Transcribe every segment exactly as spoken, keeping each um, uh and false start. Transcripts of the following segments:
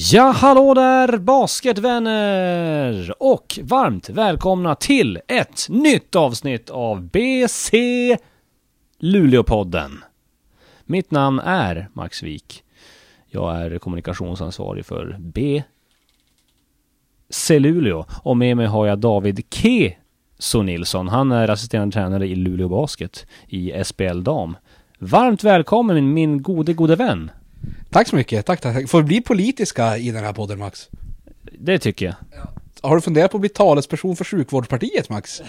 Ja, hallå där basketvänner och varmt välkomna till ett nytt avsnitt av B C Luleåpodden. Mitt namn är Max Wik. Jag är kommunikationsansvarig för B C Luleå och med mig har jag David Keso Nilsson. Han är assisterande tränare i Luleå Basket i S B L Dam. Varmt välkommen min, min gode gode vän. Tack så mycket, tack, tack. Får vi bli politiska i den här podden, Max? Det tycker jag. Ja. Har du funderat på att bli talesperson för sjukvårdspartiet, Max?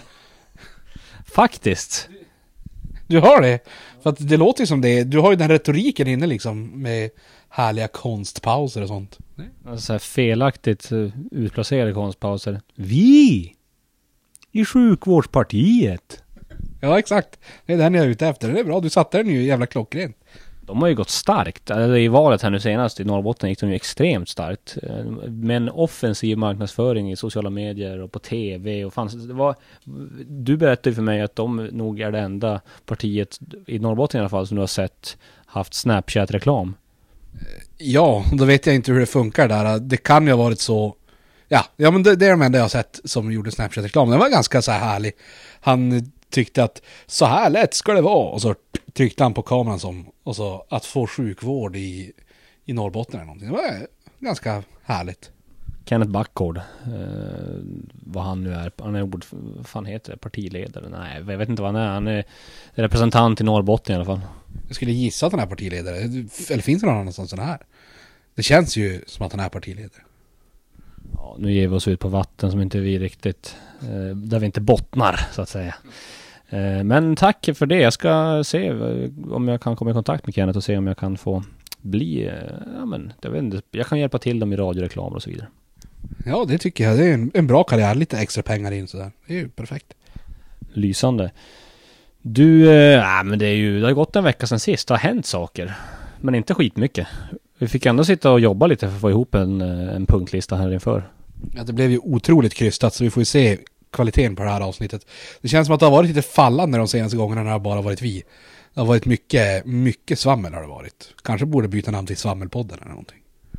Faktiskt. Du har det? För att det låter ju som det. Du har ju den retoriken inne liksom med härliga konstpauser och sånt. Alltså här felaktigt utplacerade konstpauser. Vi i sjukvårdspartiet. Ja, exakt. Det är den jag är ute efter. Det är bra, du satte den ju jävla klockren. De har ju gått starkt. I valet här nu senast i Norrbotten gick de ju extremt starkt. Med en offensiv marknadsföring i sociala medier och på tv. Och fanns, det var, du berättade för mig att de nog är det enda partiet i Norrbotten i alla fall som du har sett haft Snapchat-reklam. Ja, då vet jag inte hur det funkar där. Det kan ju ha varit så... Ja, ja men det, det är de enda jag har sett som gjorde Snapchat-reklam. Den var ganska så här härlig. Han tyckte att så här lätt ska det vara. Och så tryckte han på kameran som... Och så att få sjukvård i, i Norrbotten eller någonting. Det var ganska härligt. Kenneth Backgård, eh, vad han nu är. Han är ord, vad fan heter det? Partiledare? Nej, jag vet inte vad han är. Han är representant i Norrbotten i alla fall. Jag skulle gissa att han är partiledare. Eller finns det någon annanstans sån här? Det känns ju som att han är partiledare. Ja, nu ger vi oss ut på vatten som inte vi riktigt, eh, där vi inte bottnar så att säga. Eh, men tack för det. Jag ska se om jag kan komma i kontakt med Kenneth och se om jag kan få bli, eh, ja men jag vet inte, jag kan hjälpa till dem i radioreklam och så vidare. Ja, det tycker jag. Det är en, en bra karriär. Lite extra pengar in sådär. Det är ju perfekt. Lysande. Du, eh, äh, men det är ju, det har gått en vecka sedan sist. Det har hänt saker. Men inte skitmycket. Vi fick ändå sitta och jobba lite för att få ihop en, en punktlista här inför. Ja, det blev ju otroligt krystat så vi får ju se kvaliteten på det här avsnittet. Det känns som att det har varit lite fallande de senaste gångerna när det har bara varit vi. Det har varit mycket, mycket svammel har det varit. Kanske borde byta namn till Svammelpodden eller någonting.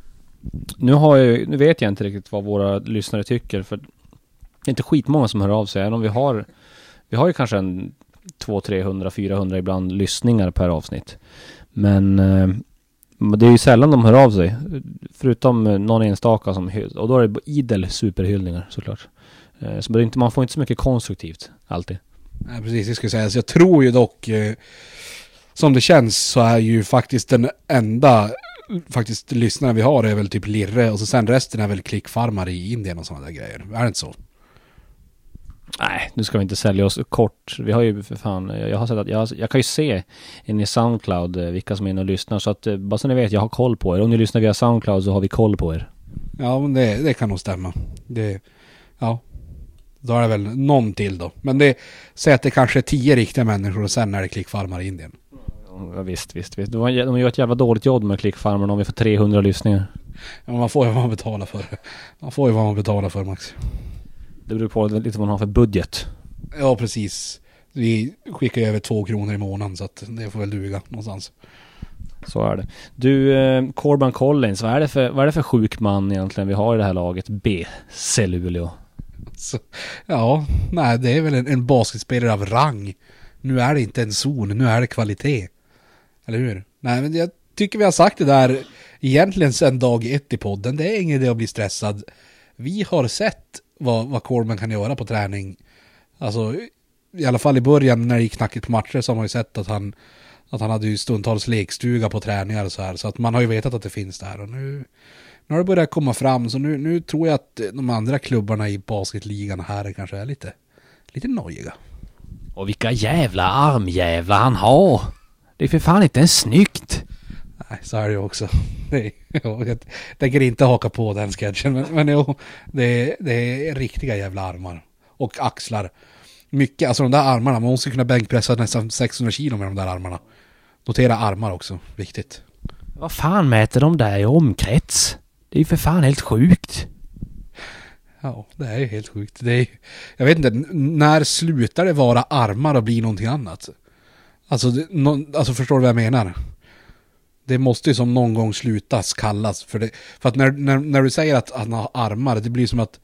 Nu, har jag, nu vet jag inte riktigt vad våra lyssnare tycker, för det är inte skitmånga som hör av sig. Även om vi har, vi har ju kanske en två, trehundra, fyrahundra ibland lyssningar per avsnitt. Men eh, det är ju sällan de hör av sig. Förutom någon enstaka som hyll, och då är det idel superhyllningar såklart. Eh, så det är inte, man får inte så mycket konstruktivt alltid. Nej, precis, jag skulle säga. Så jag tror ju dock, eh, som det känns så är ju faktiskt den enda faktiskt lyssnarna vi har är väl typ Lirre och så sen resten är väl klickfarmar i Indien och sådana där grejer. Är det inte så? Nej, nu ska vi inte sälja oss kort. Vi har ju för fan, jag har sett att jag, jag kan ju se in i SoundCloud vilka som är inne och lyssnar, så att bara så ni vet, jag har koll på er. Om ni lyssnar via SoundCloud så har vi koll på er. Ja, men det, det kan nog stämma. Det, ja, då är det väl någon till då. Men det, säg att det kanske är tio riktiga människor och sen är det klickfarmar i Indien. Ja, visst, visst, visst. De gör ett jävla dåligt jobb med klickfarmarna om vi får trehundra lyssningar. Ja, man får ju vad man betalar för. Man får ju vad man betalar för, Max. Det beror på lite vad man har för budget. Ja, precis. Vi skickar ju över två kronor i månaden så att det får väl duga någonstans. Så är det. Du, eh, Corban Collins, vad är det för, vad är det för sjuk man egentligen vi har i det här laget? B C Luleå. Så, ja, nej, det är väl en, en basketspelare av rang. Nu är det inte en zon, nu är det kvalitet. Eller hur? Nej, men jag tycker vi har sagt det där egentligen sedan dag ett i podden. Det är ingen idé att bli stressad. Vi har sett vad, vad Corban kan göra på träning. Alltså, i alla fall i början när det gick knackigt på matcher så har man ju sett att han, att han hade ju stundtals lekstuga på träningar och så här. Så att man har ju vetat att det finns där. Och nu, nu har det börjat komma fram. Så nu, nu tror jag att de andra klubbarna i basketligan här kanske är lite, lite nojiga. Och vilka jävla armjävlar han har. Det är för fan inte ens snyggt. Nej, så är det ju också. Det är, jag tänker inte haka på den sketchen. Men, men jo, det är, det är riktiga jävla armar. Och axlar. Mycket, alltså de där armarna. Man måste kunna bänkpressa nästan sexhundra kilo med de där armarna. Notera armar också, viktigt. Vad fan mäter de där i omkrets? Det är ju för fan helt sjukt. Ja, det är ju helt sjukt. Det är, jag vet inte, när slutar det vara armar och blir någonting annat? Alltså, det, no, alltså förstår du vad jag menar? Det måste ju som någon gång slutas kallas. För, det, för att när, när, när du säger att han har armar, det blir som att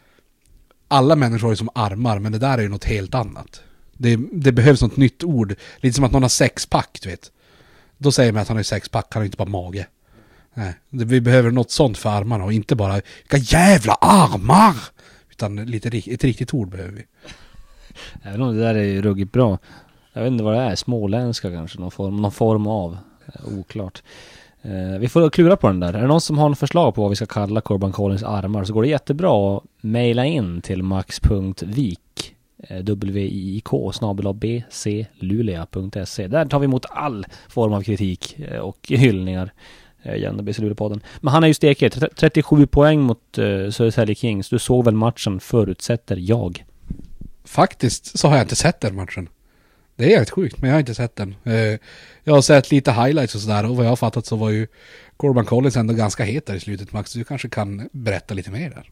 alla människor har ju som armar, men det där är ju något helt annat. Det, det behövs något nytt ord. Lite som att någon har sexpack, du vet. Då säger man att han har sexpack, han har inte bara mage. Nej, det, vi behöver något sånt för armarna och inte bara vilka jävla armar! Utan lite, ett riktigt ord behöver vi. Även om det där är ju ruggigt bra. Jag vet inte vad det är, småländska kanske, någon form, någon form av. Oklart. Eh, vi får klura på den där. Är det någon som har en förslag på vad vi ska kalla Corbin Collins armar, så går det jättebra att mejla in till max punkt vik eh, w i k snabel-a b c luleå punkt se. Där tar vi emot all form av kritik eh, och hyllningar eh, igen, B C Luleå-podden. Men han är ju stekig. trettiosju poäng mot eh, Södertälje Kings. Du såg väl matchen, förutsätter jag. Faktiskt så har jag inte sett den matchen. Det är helt sjukt, men jag har inte sett den. Jag har sett lite highlights och sådär, och vad jag har fattat så var ju Corbin Collins ändå ganska het där i slutet, Max. Du kanske kan berätta lite mer där.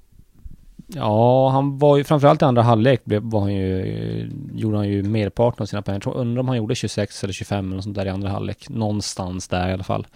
Ja, han var ju framförallt i andra halvlek var han ju, gjorde han ju merparten av sina poäng. Jag undrar om han gjorde tjugosex eller tjugofem eller sånt där i andra halvlek. Någonstans där i alla fall.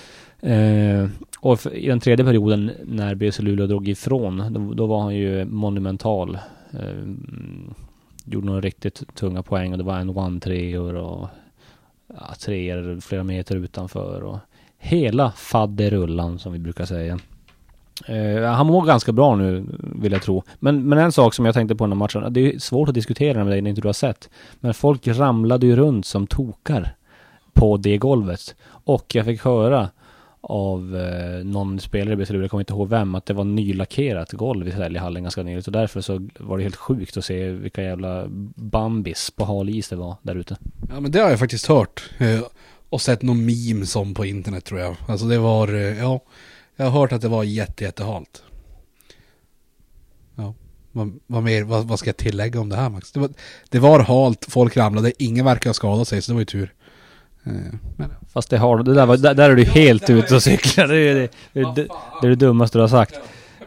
Eh, och i den tredje perioden när B C Luleå drog ifrån, då, då var han ju monumental. Eh, gjorde några riktigt tunga poäng och det var en one-treor och ja, treor flera meter utanför och hela fadderullan som vi brukar säga. Uh, han mår ganska bra nu, vill jag tro. Men, men en sak som jag tänkte på den här matchen, det är svårt att diskutera med dig när inte du har sett, men folk ramlade ju runt som tokar på det golvet. Och jag fick höra av eh, någon spelare i B C Luleå, jag kommer inte ihåg vem, att det var nylackerat golv i Södertäljehallen ganska nyligt, och därför så var det helt sjukt att se vilka jävla bambis på halis det var där ute. Ja, men det har jag faktiskt hört eh, och sett någon meme som på internet, tror jag. Alltså det var, eh, ja, jag har hört att det var jätte, jättehalt. Ja, vad, vad mer, vad, vad ska jag tillägga om det här, Max? Det var, det var halt, folk ramlade, ingen verkar ha skadat sig, så det var ju tur. Men. Fast det har, det där, var, där, där är du helt ute och cyklar. Det är det, det, det, det är det dummaste du har sagt.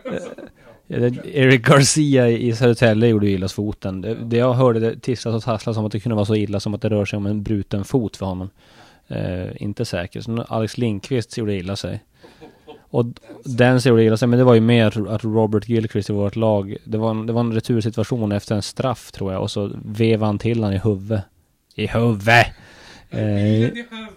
Eric Garcia i Södertälje gjorde ju illas foten. Det, det jag hörde det tisslas och tasslas som att det kunde vara så illa som att det rör sig om en bruten fot för honom. Eh, inte säkert. Så Alex Lindqvist gjorde illa sig. Och den gjorde illa sig, men det var ju mer att Robert Gilchrist i vårt lag, det var en, det var en retursituation efter en straff, tror jag, och så vevade han till han i huvudet. I huvudet! Eh,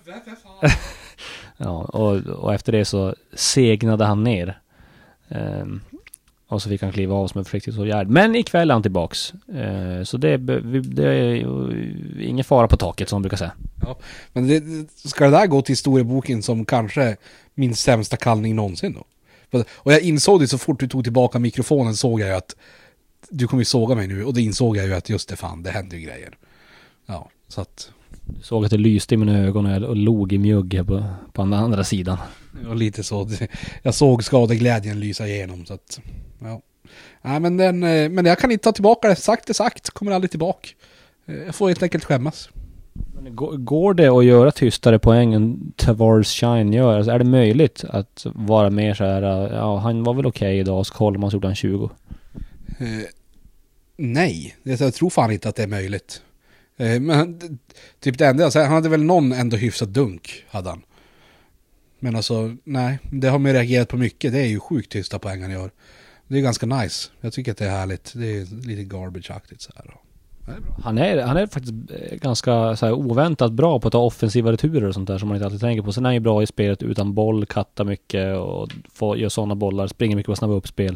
ja, och, och efter det så segnade han ner. Eh, och så fick han kliva av som en försiktig åtgärd. Men ikväll är han tillbaks. Eh, så det, det är ingen fara på taket, som man brukar säga. Ja, men det, ska det där gå till historieboken som kanske min sämsta kallning någonsin då? Och jag insåg det så fort du tog tillbaka mikrofonen, såg jag ju att du kommer ju såga mig nu, och det insåg jag ju att just det, fan, det händer ju grejer. Ja, så att... Du såg att det lyste i mina ögon och jag låg i mjugg på, på den andra sidan. Och lite så. Jag såg skadeglädjen lysa igenom, så att... Ja. Nej, men, den, men jag kan inte ta tillbaka det. Sagt är sagt, kommer aldrig tillbaka. Jag får helt enkelt skämmas. Men går det att göra tystare poäng än Tavares Shine gör? Alltså, är det möjligt att vara mer så här, ja, han var väl okej okay idag, så kollar man så gjorde han tjugo? Eh, nej, jag tror fan inte att det är möjligt. Eh, men typ det enda, alltså, han hade väl någon ändå hyfsat dunk, hade han. Men alltså, nej, det har man reagerat på mycket. Det är ju sjukt tysta poäng han gör. Det är ganska nice. Jag tycker att det är härligt. Det är lite garbage-aktigt så här. Är han, är, han är faktiskt ganska så här oväntat bra på att ta offensiva returer och sånt där som man inte alltid tänker på. Sen är han ju bra i spelet utan boll, katta mycket och få, gör sådana bollar, springer mycket på snabba uppspel.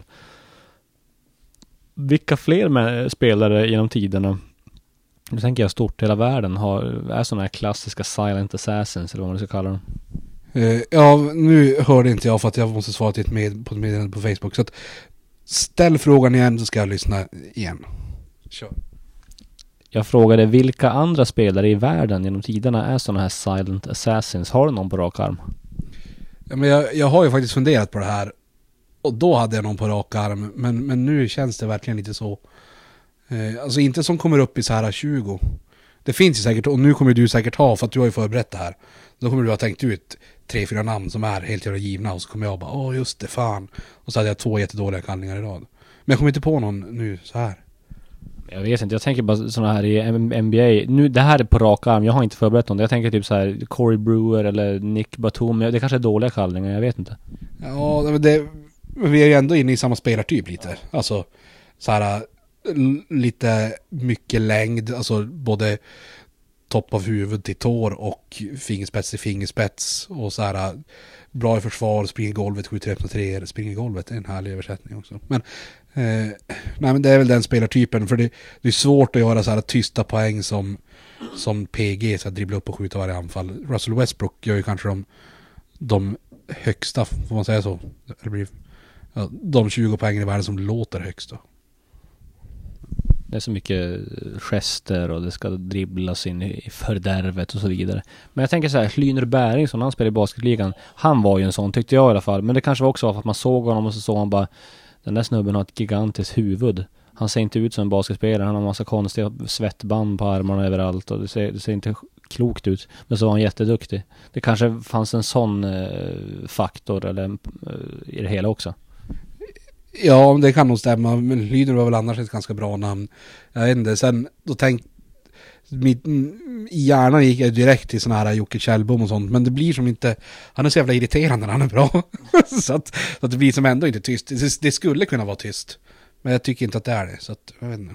Vilka fler med spelare genom tiderna, nu tänker jag stort, hela världen har, är sådana här klassiska silent assassins eller vad man ska kalla dem? Uh, ja, nu hörde inte jag för att jag måste svara till ett med, på ett meddelande på Facebook. Så att ställ frågan igen så ska jag lyssna igen. Kör. Jag frågade vilka andra spelare i världen genom tiderna är sådana här silent assassins. Har du någon på rak arm? Ja, men jag, jag har ju faktiskt funderat på det här. Och då hade jag någon på rak arm. Men, men nu känns det verkligen lite så. Eh, alltså inte som kommer upp i så här tjugo. Det finns ju säkert, och nu kommer du säkert ha, för att du har ju förberett det här. Då kommer du ha tänkt ut tre, fyra namn som är helt jävla givna, och så kommer jag bara, åh just det, fan. Och så hade jag två jättedåliga kallningar i rad. Men jag kommer inte på någon nu så här. Jag vet inte, jag tänker bara sådana här i N B A. Nu, det här är på rak arm, jag har inte förberett något. Jag tänker typ så här Corey Brewer eller Nick Batum. Det kanske är dåliga kallningar, jag vet inte. Ja, men det, vi är ju ändå inne i samma spelartyp lite. Alltså, så här lite mycket längd, alltså både topp av huvud till tår och fingerspets till fingerspets och så här bra i försvar, springer golvet, skjuter öppna treor, springer golvet, det är en härlig översättning också. Men eh, nej, men det är väl den spelartypen, för det, det är svårt att göra så här tysta poäng som som P G, så att dribbla upp och skjuta varje anfall. Russell Westbrook gör ju kanske de, de högsta, får man säga så, det blir, ja, de tjugo poängen i världen som låter högst då. Det är så mycket gester och det ska dribblas in i fördärvet och så vidare. Men jag tänker så här, Lyner Bäring som han spelade i basketligan, han var ju en sån, tyckte jag i alla fall. Men det kanske var också för att man såg honom och så såg han bara, den där snubben har ett gigantiskt huvud. Han ser inte ut som en basketspelare, han har en massa konstiga svettband på armarna överallt och det ser, det ser inte klokt ut. Men så var han jätteduktig. Det kanske fanns en sån eh, faktor eller, eh, i det hela också. Ja, det kan nog stämma. Men Lyner var väl annars ett ganska bra namn. Jag vet inte. Sen då tänkte mitt, i hjärnan gick jag direkt till såna här Jocke Kjellbom och sånt. Men det blir som inte, han är så jävla irriterande när han är bra. så, att, så att det blir som ändå inte tyst. Det, det skulle kunna vara tyst. Men jag tycker inte att det är det. Så att, jag vet inte.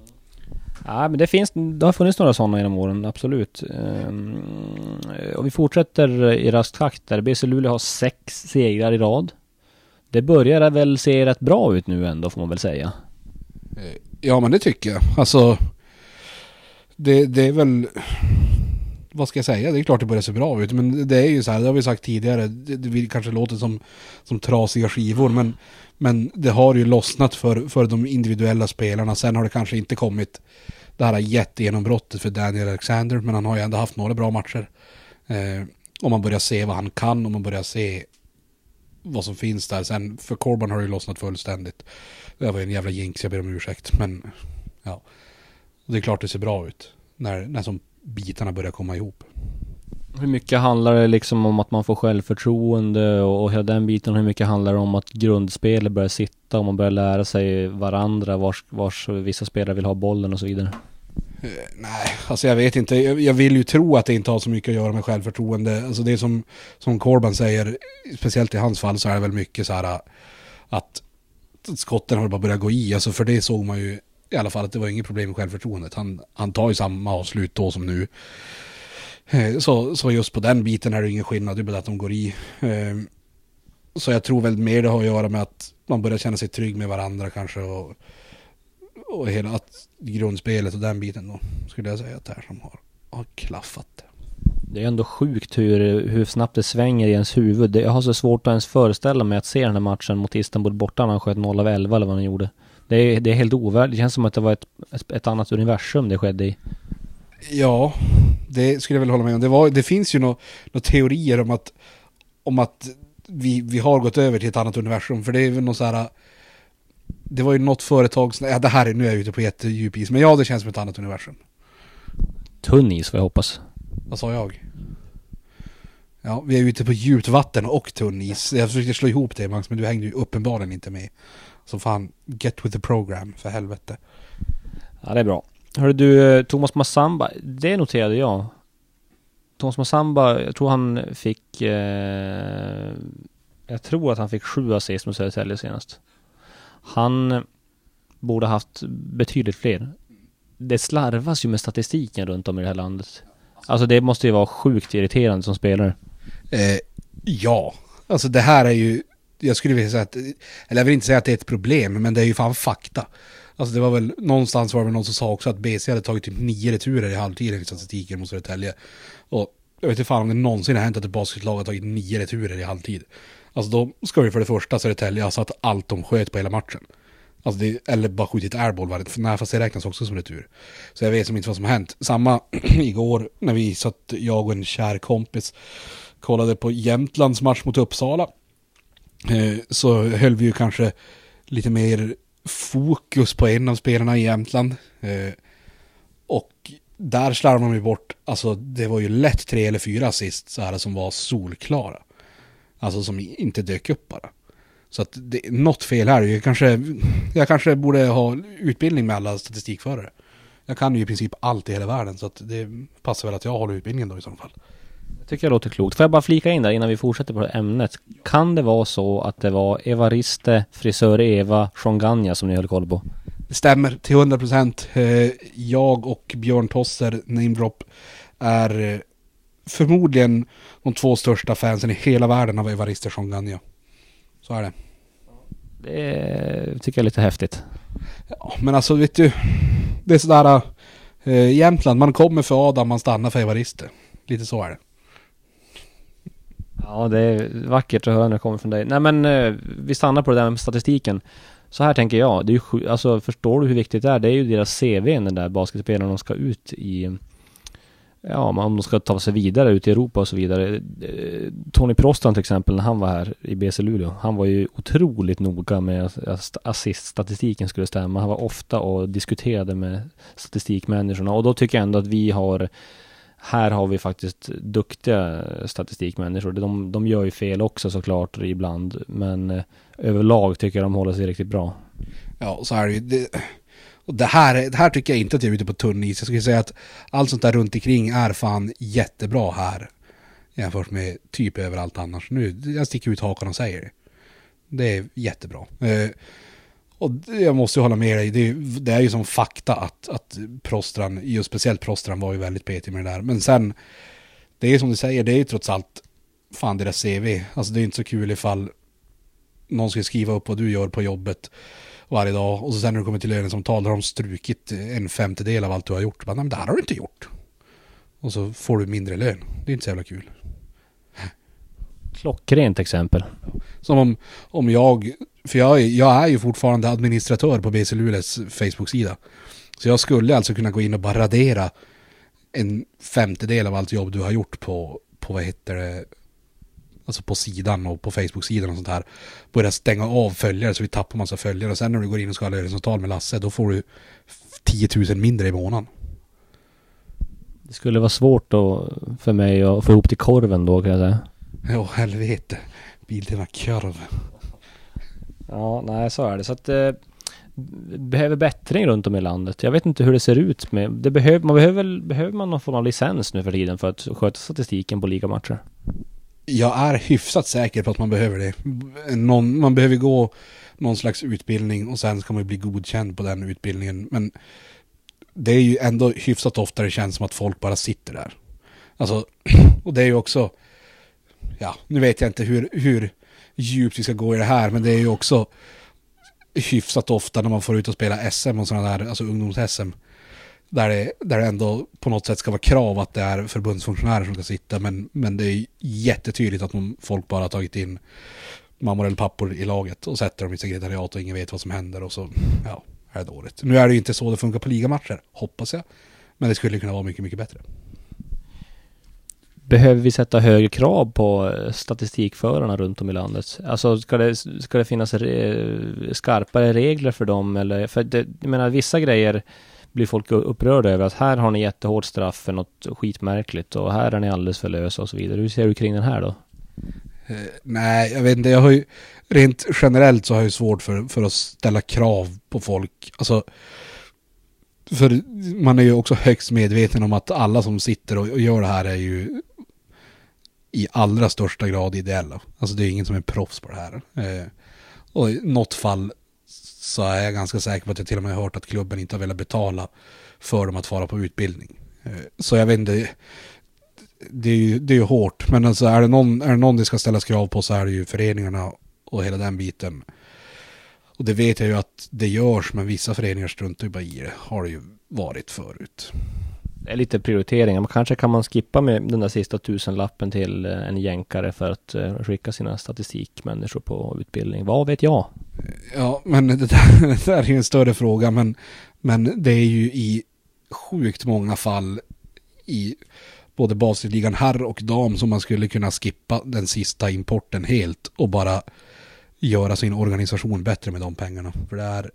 Ja, men det finns, det har funnits några sådana genom åren, absolut. Um, och vi fortsätter i rask takt där. B C Luleå har sex segrar i rad. Det börjar väl se rätt bra ut nu ändå, får man väl säga. Ja, men det tycker jag. Alltså, det, det är väl, vad ska jag säga? Det är klart det börjar se bra ut, men det är ju så här, det har vi sagt tidigare, det, det kanske låter som, som trasiga skivor, men, men det har ju lossnat för, för de individuella spelarna. Sen har det kanske inte kommit det här jättegenombrottet för Daniel Alexander, men han har ju ändå haft några bra matcher. Eh, om man börjar se vad han kan, om man börjar se vad som finns där. Sen för Corbin har det ju lossnat fullständigt. Det var en jävla jinx, jag ber om ursäkt. Men ja, det är klart det ser bra ut när, när som bitarna börjar komma ihop. Hur mycket handlar det liksom om att man får självförtroende och, och hela den biten? Hur mycket handlar det om att grundspelet börjar sitta och man börjar lära sig varandra, vars, vars vissa spelare vill ha bollen och så vidare? Uh, nej, alltså jag vet inte. Jag, jag vill ju tro att det inte har så mycket att göra med självförtroende. Alltså det är som, som Corbin säger, speciellt i hans fall så är det väl mycket så här att skotten har bara börjat gå i. Alltså för det såg man ju i alla fall att det var inget problem med självförtroendet. Han, han tar ju samma avslut då som nu. Uh, så, så just på den biten är det ingen skillnad. Det är bara att de går i. Uh, så jag tror väl mer det har att göra med att man börjar känna sig trygg med varandra kanske och och hela att grundspelet och den biten då skulle jag säga att det här som har, har klaffat. Det är ändå sjukt hur, hur snabbt det svänger i ens huvud. Jag har så svårt att ens föreställa mig att se den här matchen mot Istanbul borta när han sköt noll av elva eller vad han gjorde. Det är, det är helt ovärdigt. Det känns som att det var ett, ett annat universum det skedde i. Ja, det skulle jag väl hålla med om. Det, var, det finns ju några nå teorier om att, om att vi, vi har gått över till ett annat universum. För det är väl något så här. Det var ju något företag, ja, det här är, nu är jag ute på jättedjup is, men ja, det känns som ett annat universum. Tunn is, vad jag hoppas. Vad sa jag? Ja, vi är ute på djupt vatten och tunn is. Jag försökte slå ihop det, Max, men du hängde ju uppenbarligen inte med. Så fan, get with the program, för helvete. Ja, det är bra. Hörru du, Thomas Massamba, det noterade jag. Thomas Massamba, jag tror han fick, eh, jag tror att han fick sju assist mot Södertälje senast. Han borde haft betydligt fler. Det slarvas ju med statistiken runt om i det här landet. Alltså det måste ju vara sjukt irriterande som spelare. Eh, ja, alltså det här är ju, jag skulle vilja säga att, eller jag vill inte säga att det är ett problem, men det är ju fan fakta. Alltså det var väl, någonstans var det någon som sa också att B C hade tagit typ nio returer i halvtiden i statistiken mot Södertälje. Och jag vet inte fan om det någonsin har hänt att ett basketlag har tagit nio returer i halvtid. Alltså då ska vi för det första Södertälje ha satt allt de sköt på hela matchen. Alltså det, eller bara skjutit airball var det, för nej, fast det räknas också som retur. Så jag vet som inte vad som har hänt. Samma igår när vi satt, jag och en kär kompis kollade på Jämtlands match mot Uppsala. Eh, så höll vi ju kanske lite mer fokus på en av spelarna i Jämtland. Eh, och där slarvar man ju bort, alltså det var ju lätt tre eller fyra assist så här som var solklara. Alltså som inte dök upp bara. Så att det är något fel här. Jag kanske, jag kanske borde ha utbildning med alla statistikförare. Jag kan ju i princip allt i hela världen, så att det passar väl att jag håller utbildningen då i så fall. Jag tycker det låter klokt. Får jag bara flika in där innan vi fortsätter på ämnet. Kan det vara så att det var Evariste, frisör Eva, Shonganya som ni höll koll på? Det stämmer till hundra procent. Jag och Björn Tosser, namedrop, är förmodligen de två största fansen i hela världen av Evariste Shonganya. Så är det. Det tycker jag är lite häftigt. Ja, men alltså vet du, det är sådär äh, Jämtland, man kommer för Adam, man stannar för Evariste. Lite så är det. Ja, det är vackert att höra när det kommer från dig. Nej men eh, vi stannar på det där med statistiken. Så här tänker jag, det är ju sju, alltså förstår du hur viktigt det är? Det är ju deras C V, den där basketspelarna, de ska ut i, ja, om de ska ta sig vidare ut i Europa och så vidare. Tony Prostan till exempel, när han var här i B C Luleå, han var ju otroligt noga med att assiststatistiken skulle stämma. Han var ofta och diskuterade med statistikmänniskorna, och då tycker jag ändå att vi har, här har vi faktiskt duktiga statistikmänniskor. De, de gör ju fel också såklart ibland, men eh, överlag tycker jag de håller sig riktigt bra. Ja, så är det ju. Det, och det här, det här tycker jag inte att jag är ute på tunn is. Jag skulle säga att allt sånt där runt omkring är fan jättebra här jämfört med typ överallt annars. Nu, jag sticker ut hakan och säger det. Det är jättebra. Eh, och jag måste ju hålla med dig. Det är, det är ju som fakta att, att Prostran, just speciellt Prostran, var ju väldigt petig med det där. Men sen, det är som du säger, det är ju trots allt fan deras C V. Alltså det är inte så kul ifall någon ska skriva upp vad du gör på jobbet varje dag, och så sen när du kommer till lönesamtal har de strukit en femtedel av allt du har gjort. Men, men det här har du inte gjort. Och så får du mindre lön. Det är inte så jävla kul. Klockrent exempel. Som om, om jag, för jag, jag är ju fortfarande administratör på B C Luleås Facebook-sida. Så jag skulle alltså kunna gå in och bara radera en femtedel av allt jobb du har gjort på, på vad heter det, alltså på sidan och på Facebook-sidan och sånt här. Börja stänga av följare så vi tappar massa följare. Och sen när du går in och ska ha lönesamtal med Lasse, då får du tio tusen mindre i månaden. Det skulle vara svårt då för mig att få ihop till korven då, kan jag säga. Ja, helvete. Bilderna korv. Ja, nej, så är det. Så att eh, behöver bättring runt om i landet. Jag vet inte hur det ser ut med. Det behöver, man behöver, behöver man någon form av licens nu för tiden för att sköta statistiken på ligamatcher? Jag är hyfsat säker på att man behöver det. Någon, man behöver gå någon slags utbildning och sen ska man bli godkänd på den utbildningen. Men det är ju ändå hyfsat ofta det känns som att folk bara sitter där. Alltså, och det är ju också, ja, nu vet jag inte hur, hur djupt vi ska gå i det här, men det är ju också hyfsat ofta när man får ut och spela S M och sådana där, alltså ungdoms-S M, där det, där det ändå på något sätt ska vara krav att det är förbundsfunktionärer som ska sitta, men, men det är jättetydligt att de, folk bara har tagit in mammor eller pappor i laget och sätter dem i sekretariat och ingen vet vad som händer, och så, ja, är det dåligt. Nu är det ju inte så det funkar på ligamatcher, hoppas jag, men det skulle kunna vara mycket, mycket bättre. Behöver vi sätta högre krav på statistikförarna runt om i landet? Alltså ska det, ska det finnas re, skarpare regler för dem? Eller, för det, jag menar, vissa grejer blir folk upprörda över, att här har ni jättehårt straff för något skitmärkligt och här är ni alldeles för lösa och så vidare. Hur ser du kring den här då? Eh, nej, jag vet inte. Jag har ju, rent generellt så har jag ju svårt för, för att ställa krav på folk. Alltså, för man är ju också högst medveten om att alla som sitter och, och gör det här är ju i allra största grad ideella. Alltså det är ingen som är proffs på det här. Eh, och i något fall så är jag ganska säker på att jag till och med har hört att klubben inte har velat betala för dem att fara på utbildning. Eh, så jag vet inte, det är ju, det är ju hårt. Men alltså är det någon, är det någon det ska ställas krav på, så är det ju föreningarna och hela den biten. Och det vet jag ju att det görs, men vissa föreningar struntar ju bara i det. Har det ju varit förut. Det är lite prioriteringar. Man kanske kan man skippa med den där sista tusenlappen till en jänkare för att skicka sina statistikmänniskor på utbildning. Vad vet jag? Ja, men det där, det där är ju en större fråga. Men, men det är ju i sjukt många fall i både basketligan herr och dam som man skulle kunna skippa den sista importen helt och bara göra sin organisation bättre med de pengarna. För det är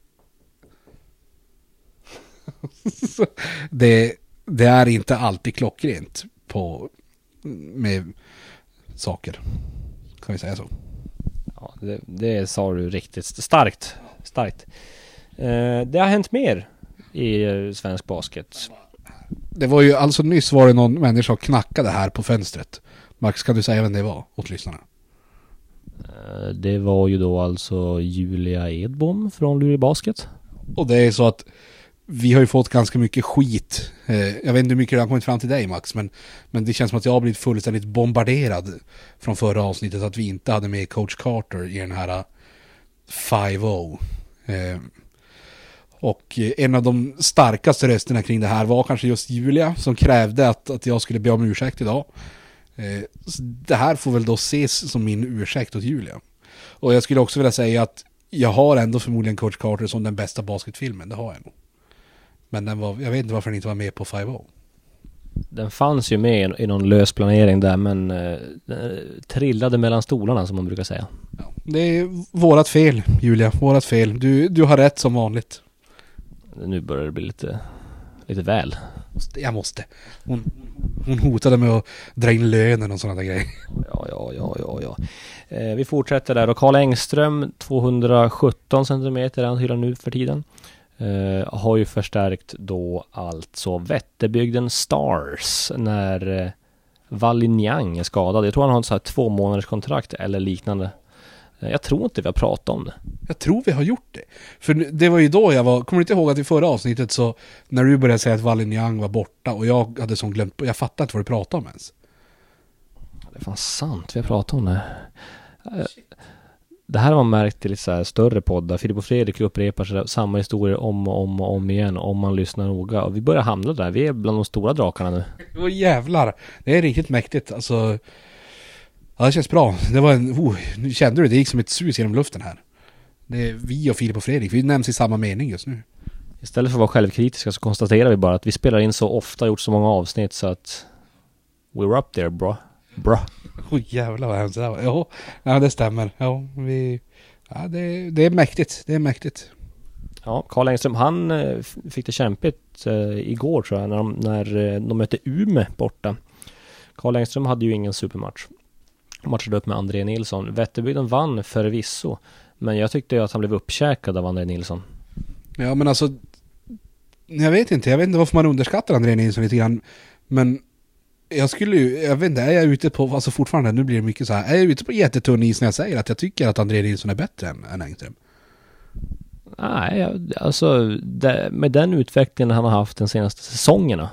det, det är inte alltid klockrent på med saker. Kan vi säga så? Ja, det, det sa du riktigt starkt. starkt. Eh, det har hänt mer i svensk basket. Det var ju alltså nyss var det någon människa som knackade här på fönstret. Max, kan du säga vem det var åt lyssnarna? Eh, det var ju då alltså Julia Edbom från Luleå Basket. Och det är så att vi har ju fått ganska mycket skit. Eh, jag vet inte hur mycket det har kommit fram till dig, Max, men, men det känns som att jag har blivit fullständigt bombarderad från förra avsnittet att vi inte hade med Coach Carter i den här fem noll. Eh, och en av de starkaste rösterna kring det här var kanske just Julia som krävde att, att jag skulle be om ursäkt idag. Eh, det här får väl då ses som min ursäkt åt Julia. Och jag skulle också vilja säga att jag har ändå förmodligen Coach Carter som den bästa basketfilmen, det har jag nog. Men den var, jag vet inte varför den inte var med på fem noll. Den fanns ju med i någon lös planering där, men eh, trillade mellan stolarna som man brukar säga. Ja, det är vårat fel, Julia, vårat fel. Du, du har rätt som vanligt. Nu börjar det bli lite, lite väl. Jag måste. Hon, hon hotade med att dra in lönen och sådana där grejer. Ja, ja, ja, ja, ja. Eh, vi fortsätter där. Och Carl Engström, tvåhundrasjutton centimeter, han hyllar nu för tiden. Eh, har ju förstärkt då alltså Vätterbygden Stars när eh, Valinjang är skadad. Jag tror han har ett så här två månaders kontrakt eller liknande. Eh, jag tror inte vi har pratat om det. Jag tror vi har gjort det. För det var ju då jag var, kommer du inte ihåg att i förra avsnittet så när du började säga att Valinjang var borta och jag hade som glömt, jag fattade inte vad du pratade om ens. Det är fan sant, vi har pratat om det. Eh, Det här har man märkt till lite så här större poddar. Filip och Fredrik upprepar så samma historier om och om och om igen om man lyssnar noga. Och vi börjar hamna där. Vi är bland de stora drakarna nu. Åh jävlar. Det är riktigt mäktigt. Alltså, ja, det känns bra. Det var en, oh, nu kände du det gick som ett sus genom luften här. Det är vi och Filip och Fredrik. Vi nämns i samma mening just nu. Istället för att vara självkritiska så konstaterar vi bara att vi spelar in så ofta, gjort så många avsnitt så att we're up there, bro. Bra. Åh oh, jävlar vad hemskt det var. Ja, ja, det stämmer. Ja, vi, ja det, det är mäktigt. Det är mäktigt. Ja, Carl Engström, han eh, fick det kämpigt eh, igår tror jag när de, när eh, de mötte Umeå borta. Carl Engström hade ju ingen supermatch. Matchade upp med André Nilsson. Vätterbygden vann förvisso, men jag tyckte ju att han blev uppkäkad av André Nilsson. Ja, men alltså jag vet inte. Jag vet inte varför man underskattar André Nilsson lite grann, men jag skulle ju, jag vet inte, är jag ute på, alltså fortfarande, nu blir det mycket så här, är jag ute på jättetunn is när jag säger att jag tycker att André Nilsson är bättre än, än Engström? Nej, alltså det, med den utvecklingen han har haft de senaste säsongerna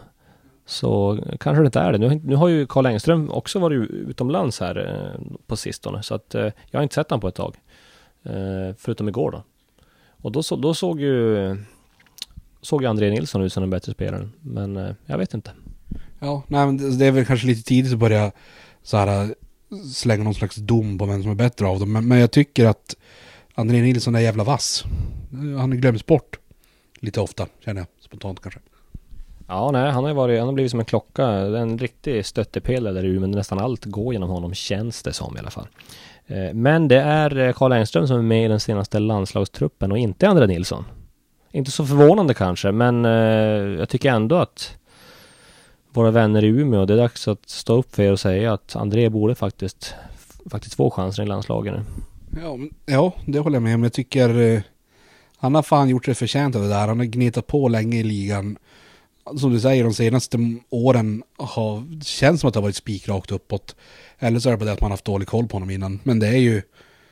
så kanske det inte är det. Nu, nu har ju Carl Engström också varit utomlands här eh, på sistone, så att eh, jag har inte sett han på ett tag. Eh, förutom igår då. Och då, så, då såg ju såg ju André Nilsson ut som en bättre spelare, men eh, jag vet inte. Ja, nej, men det är väl kanske lite tidigt att börja så här slänga någon slags dom på vem som är bättre av dem. Men, men jag tycker att André Nilsson är jävla vass. Han glöms bort lite ofta, känner jag, spontant kanske. Ja, nej, han har ju varit, han har blivit som en klocka. En riktig stöttepelare där ute, men nästan allt går genom honom, känns det som i alla fall. Men det är Carl Engström som är med i den senaste landslagstruppen och inte André Nilsson. Inte så förvånande kanske, men jag tycker ändå att våra vänner i Umeå, det är dags att stå upp för er och säga att André borde faktiskt faktiskt få chansen i landslagen nu. Ja, ja, det håller jag med om. Jag tycker eh, han har fan gjort sig förtjänt av det där. Han har gnetat på länge i ligan. Som du säger, de senaste åren har känns som att det har varit spikrakt uppåt. Eller så är det bara det att man har haft dålig koll på honom innan. Men det är ju,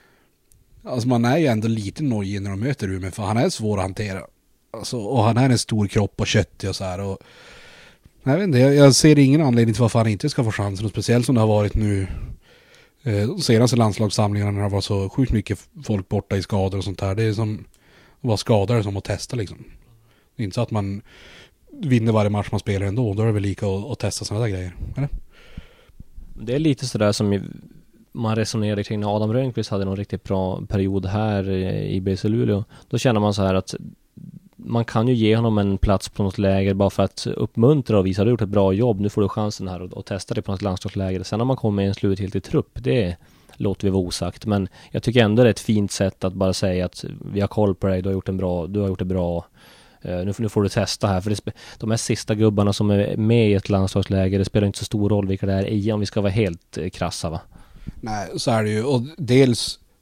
alltså man är ju ändå lite nojig när de möter Umeå, för han är svår att hantera. Alltså, och han är en stor kropp och köttig och så här. Och jag vet inte, jag, jag ser ingen anledning till varför han inte ska få chansen. Och speciellt som det har varit nu eh, de senaste landslagssamlingarna när det var så sjukt mycket folk borta i skador och sånt där. Det är som att vara skadade som att testa liksom. Det är inte så att man vinner varje match man spelar ändå. Då är det väl lika att, att testa sådana där grejer, eller? Det är lite sådär som man resonerade kring när Adam Rönnqvist hade någon riktigt bra period här i B C Luleå. Då känner man så här att man kan ju ge honom en plats på något läger bara för att uppmuntra och visa att du har gjort ett bra jobb. Nu får du chansen här och, och testa det på något landslagsläger. Sen när man kommer med en slutgiltig trupp, det låter vi vara osagt. Men jag tycker ändå det är ett fint sätt att bara säga att vi har koll på dig, du har gjort en bra, du har gjort det bra. Uh, nu, nu får du testa här. För det, de här sista gubbarna som är med i ett landslagsläger, det spelar inte så stor roll vilka det är i, om vi ska vara helt uh, krassa, va? Nej, så är det ju. Och dels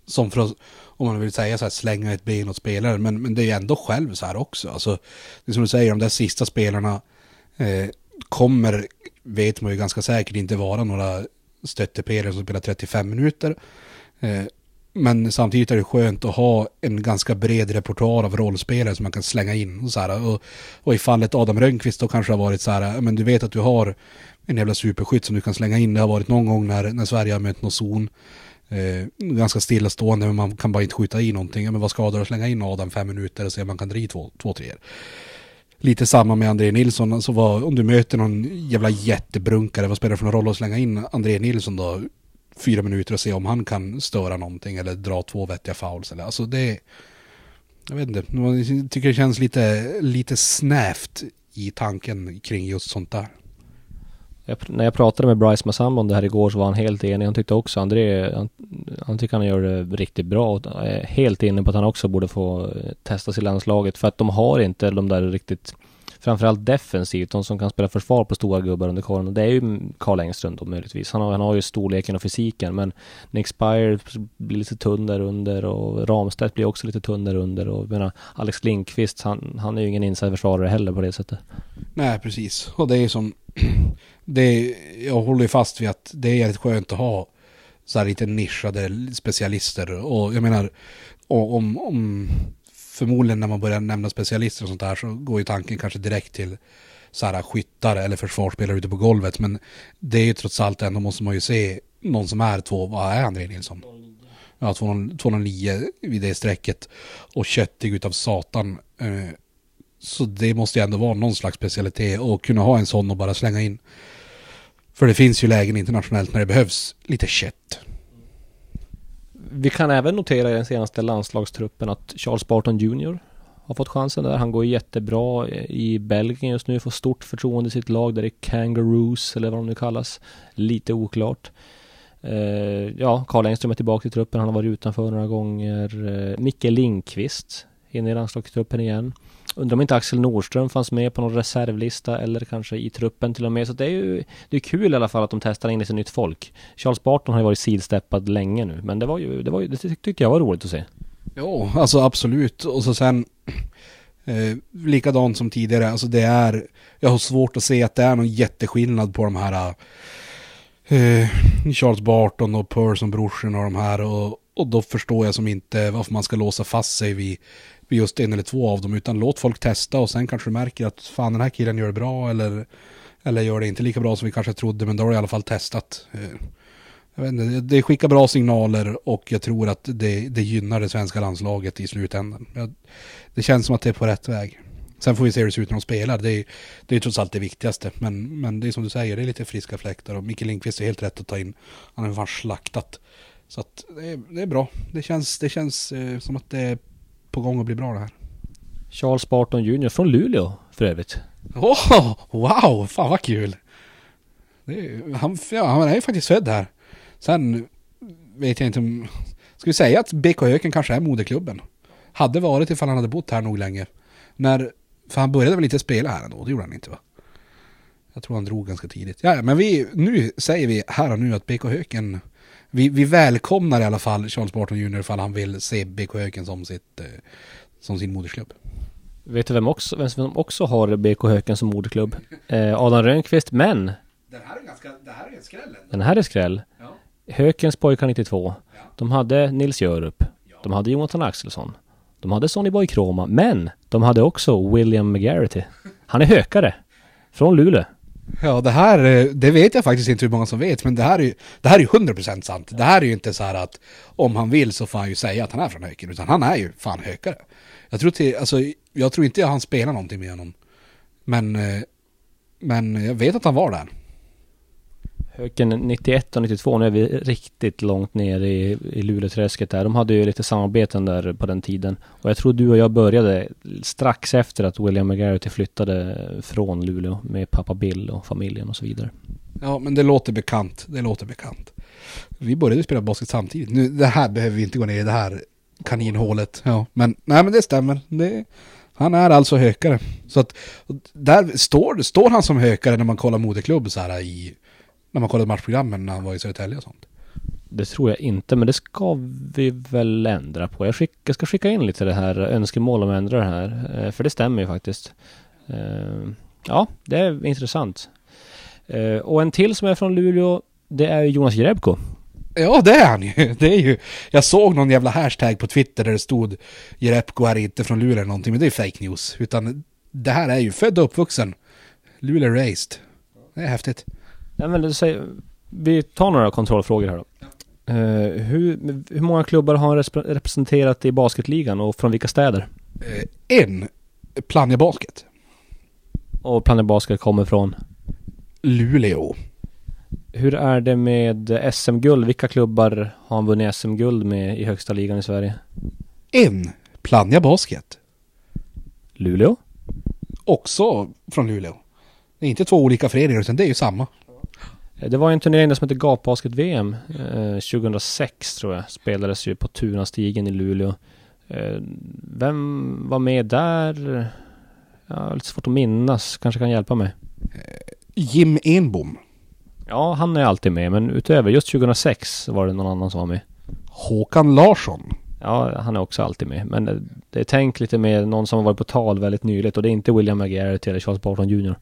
som för att, om man vill säga så här, slänga ett ben åt spelare, men, men det är ju ändå själv så här också. Alltså, det är som du säger, de där sista spelarna eh, kommer, vet man ju ganska säkert, inte vara några stöttepelare som spelar trettiofem minuter. Eh, men samtidigt är det skönt att ha en ganska bred repertoar av rollspelare som man kan slänga in. Och, så här, och, och i fallet Adam Rönnqvist då kanske det har varit så här, men du vet att du har en jävla superskytt som du kan slänga in. Det har varit någon gång när, när Sverige har mött någon zon. Eh, ganska stillastående, men man kan bara inte skjuta i någonting. Men vad skadar att slänga in Adam fem minuter och se om man kan dra i två, två treor. Lite samma med André Nilsson. Alltså vad, om du möter någon jävla jättebrunkare, vad spelar det för någon roll att slänga in André Nilsson då fyra minuter och se om han kan störa någonting eller dra två vettiga fouls. Eller, alltså det, jag vet inte, jag tycker det känns lite, lite snävt i tanken kring just sånt där. Jag, när jag pratade med Bryce Massamba om det här igår så var han helt enig. Han tyckte också, André, han, han tycker han gör det riktigt bra och är helt inne på att han också borde få testas i landslaget, för att de har inte de där riktigt, framförallt defensivt, de som kan spela försvar på stora gubbar under korren. Och det är ju Carl Engström då möjligtvis. Han har, han har ju storleken och fysiken, men Nick Spire blir lite tunn där under och Ramstedt blir också lite tunn där under och jag menar, Alex Lindqvist, han, han är ju ingen inside försvarare heller på det sättet. Nej, precis. Och det är som det, jag håller ju fast vid att det är rätt skönt att ha så här lite nischade specialister. Och jag menar, om, om förmodligen när man börjar nämna specialister och sånt där så går ju tanken kanske direkt till så här skyttar eller försvarsspelare ute på golvet. Men det är ju trots allt ändå, måste man ju se någon som är två, vad är André Nilsson? Ja, tvåhundranio vid det strecket och köttig utav satan. Så det måste ju ändå vara någon slags specialitet och kunna ha en sån och bara slänga in. För det finns ju lägen internationellt när det behövs lite kött. Vi kan även notera i den senaste landslagstruppen att Charles Barton junior har fått chansen där. Han går jättebra i Belgien just nu, får stort förtroende i sitt lag. Där är Kangaroos eller vad de nu kallas. Lite oklart. Uh, ja, Carl Engström är tillbaka i truppen. Han har varit utanför några gånger. Uh, Micke Lindqvist in i landslagstruppen igen. Undrar om inte Axel Nordström fanns med på någon reservlista eller kanske i truppen till och med. Så det är ju det är kul i alla fall att de testar in lite nytt folk. Charles Barton har ju varit sidsteppad länge nu, men det var ju det var ju det tyckte jag var roligt att se. Jo, alltså absolut. Och så sen eh, likadant som tidigare, alltså det är, jag har svårt att se att det är någon jätteskillnad på de här eh, Charles Barton och Person brorsen och de här, och, och då förstår jag som inte varför man ska låsa fast sig vid vid just en eller två av dem, utan låt folk testa och sen kanske du märker att fan, den här killen gör det bra eller, eller gör det inte lika bra som vi kanske trodde, men då har du i alla fall testat. Jag vet inte, det skickar bra signaler och jag tror att det, det gynnar det svenska landslaget i slutändan. Det känns som att det är på rätt väg. Sen får vi se hur det ser ut när de spelar. Det är, det är trots allt det viktigaste. Men, men det är som du säger, det är lite friska fläktar och Micke Lindqvist är helt rätt att ta in. Han har fan slaktat. Så att det är, det är bra. Det känns, det känns eh, som att det är på gång att bli bra det här. Charles Barton junior från Luleå för övrigt. Oh, wow, fan vad kul. Det är, han, ja, han är ju faktiskt född här. Sen vet jag inte om... Ska vi säga att B K Höken kanske är moderklubben? Hade varit ifall han hade bott här nog länge. När, för han började väl inte spela här ändå, det gjorde han inte va? Jag tror han drog ganska tidigt. Ja, men vi, nu säger vi här och nu att B K Höken... Vi, vi välkomnar i alla fall Charles Barton junior ifall han vill se B K Höken som, sitt, eh, som sin moderklubb. Vet du vem, också, vem som också har B K Höken som moderklubb? Eh, Adam Rönnqvist, men... Den här är ganska, det här är en skräll ändå. Den här är skräll. Ja. Hökens pojkar nittiotvå. Ja. De hade Nils Jörup. Ja. De hade Jonathan Axelsson. De hade Sonny Boy Kroma. Men de hade också William McGarity. Han är hökare. Från Luleå. Ja, det här, det vet jag faktiskt inte hur många som vet, men det här är ju, det här är ju hundra procent sant. Det här är ju inte så här att om han vill så får han ju säga att han är från Höken, utan han är ju fan hökare. Jag tror, till, alltså, jag tror inte att han spelar någonting med honom. Men, men jag vet att han var där. Höken nittioett och nittiotvå, nu är vi riktigt långt ner i, i Luleåträsket där. De hade ju lite samarbeten där på den tiden. Och jag tror du och jag började strax efter att William McGarity flyttade från Luleå med pappa Bill och familjen och så vidare. Ja, men det låter bekant. Det låter bekant. Vi började spela basket samtidigt. Nu, det här behöver vi inte gå ner i det här kaninhålet. Ja, men, nej, men det stämmer. Det, han är alltså hökare. Så att där står, står han som hökare när man kollar moderklubb så här i... När man kollade matchprogrammen när han var i Södertälje och sånt. Det tror jag inte, men det ska vi väl ändra på. Jag, skick, jag ska skicka in lite det här önskemål om att ändra det här. För det stämmer ju faktiskt. Ja, det är intressant. Och en till som är från Luleå, det är Jonas Jerebko. Ja, det är han ju. Det är ju. Jag såg någon jävla hashtag på Twitter där det stod Jerebko är inte från Luleå eller någonting, men det är fake news. Utan det här är ju född och uppvuxen. Luleå raised. Det är häftigt. Ja, men säg, vi tar några kontrollfrågor här då. Uh, hur, hur många klubbar har han resp- representerat i basketligan och från vilka städer? Uh, en, Plannja Basket. Och Plannja Basket kommer från? Luleå. Hur är det med S M-guld? Vilka klubbar har han vunnit S M-guld med i högsta ligan i Sverige? En, Plannja Basket. Luleå? Också från Luleå. Det är inte två olika föreningar utan det är ju samma. Det var en turnering som heter Gapbasket-V M eh, tjugohundrasex tror jag. Spelades ju på Tunastigen i Luleå. Eh, vem var med där? Ja, lite svårt att minnas. Kanske kan hjälpa mig. Jim Enbom. Ja, han är alltid med. Men utöver just tjugohundrasex var det någon annan som var med. Håkan Larsson. Ja, han är också alltid med. Men det, det är tänkt lite med någon som har varit på tal väldigt nyligt. Och det är inte William McGarrett eller Charles Barton junior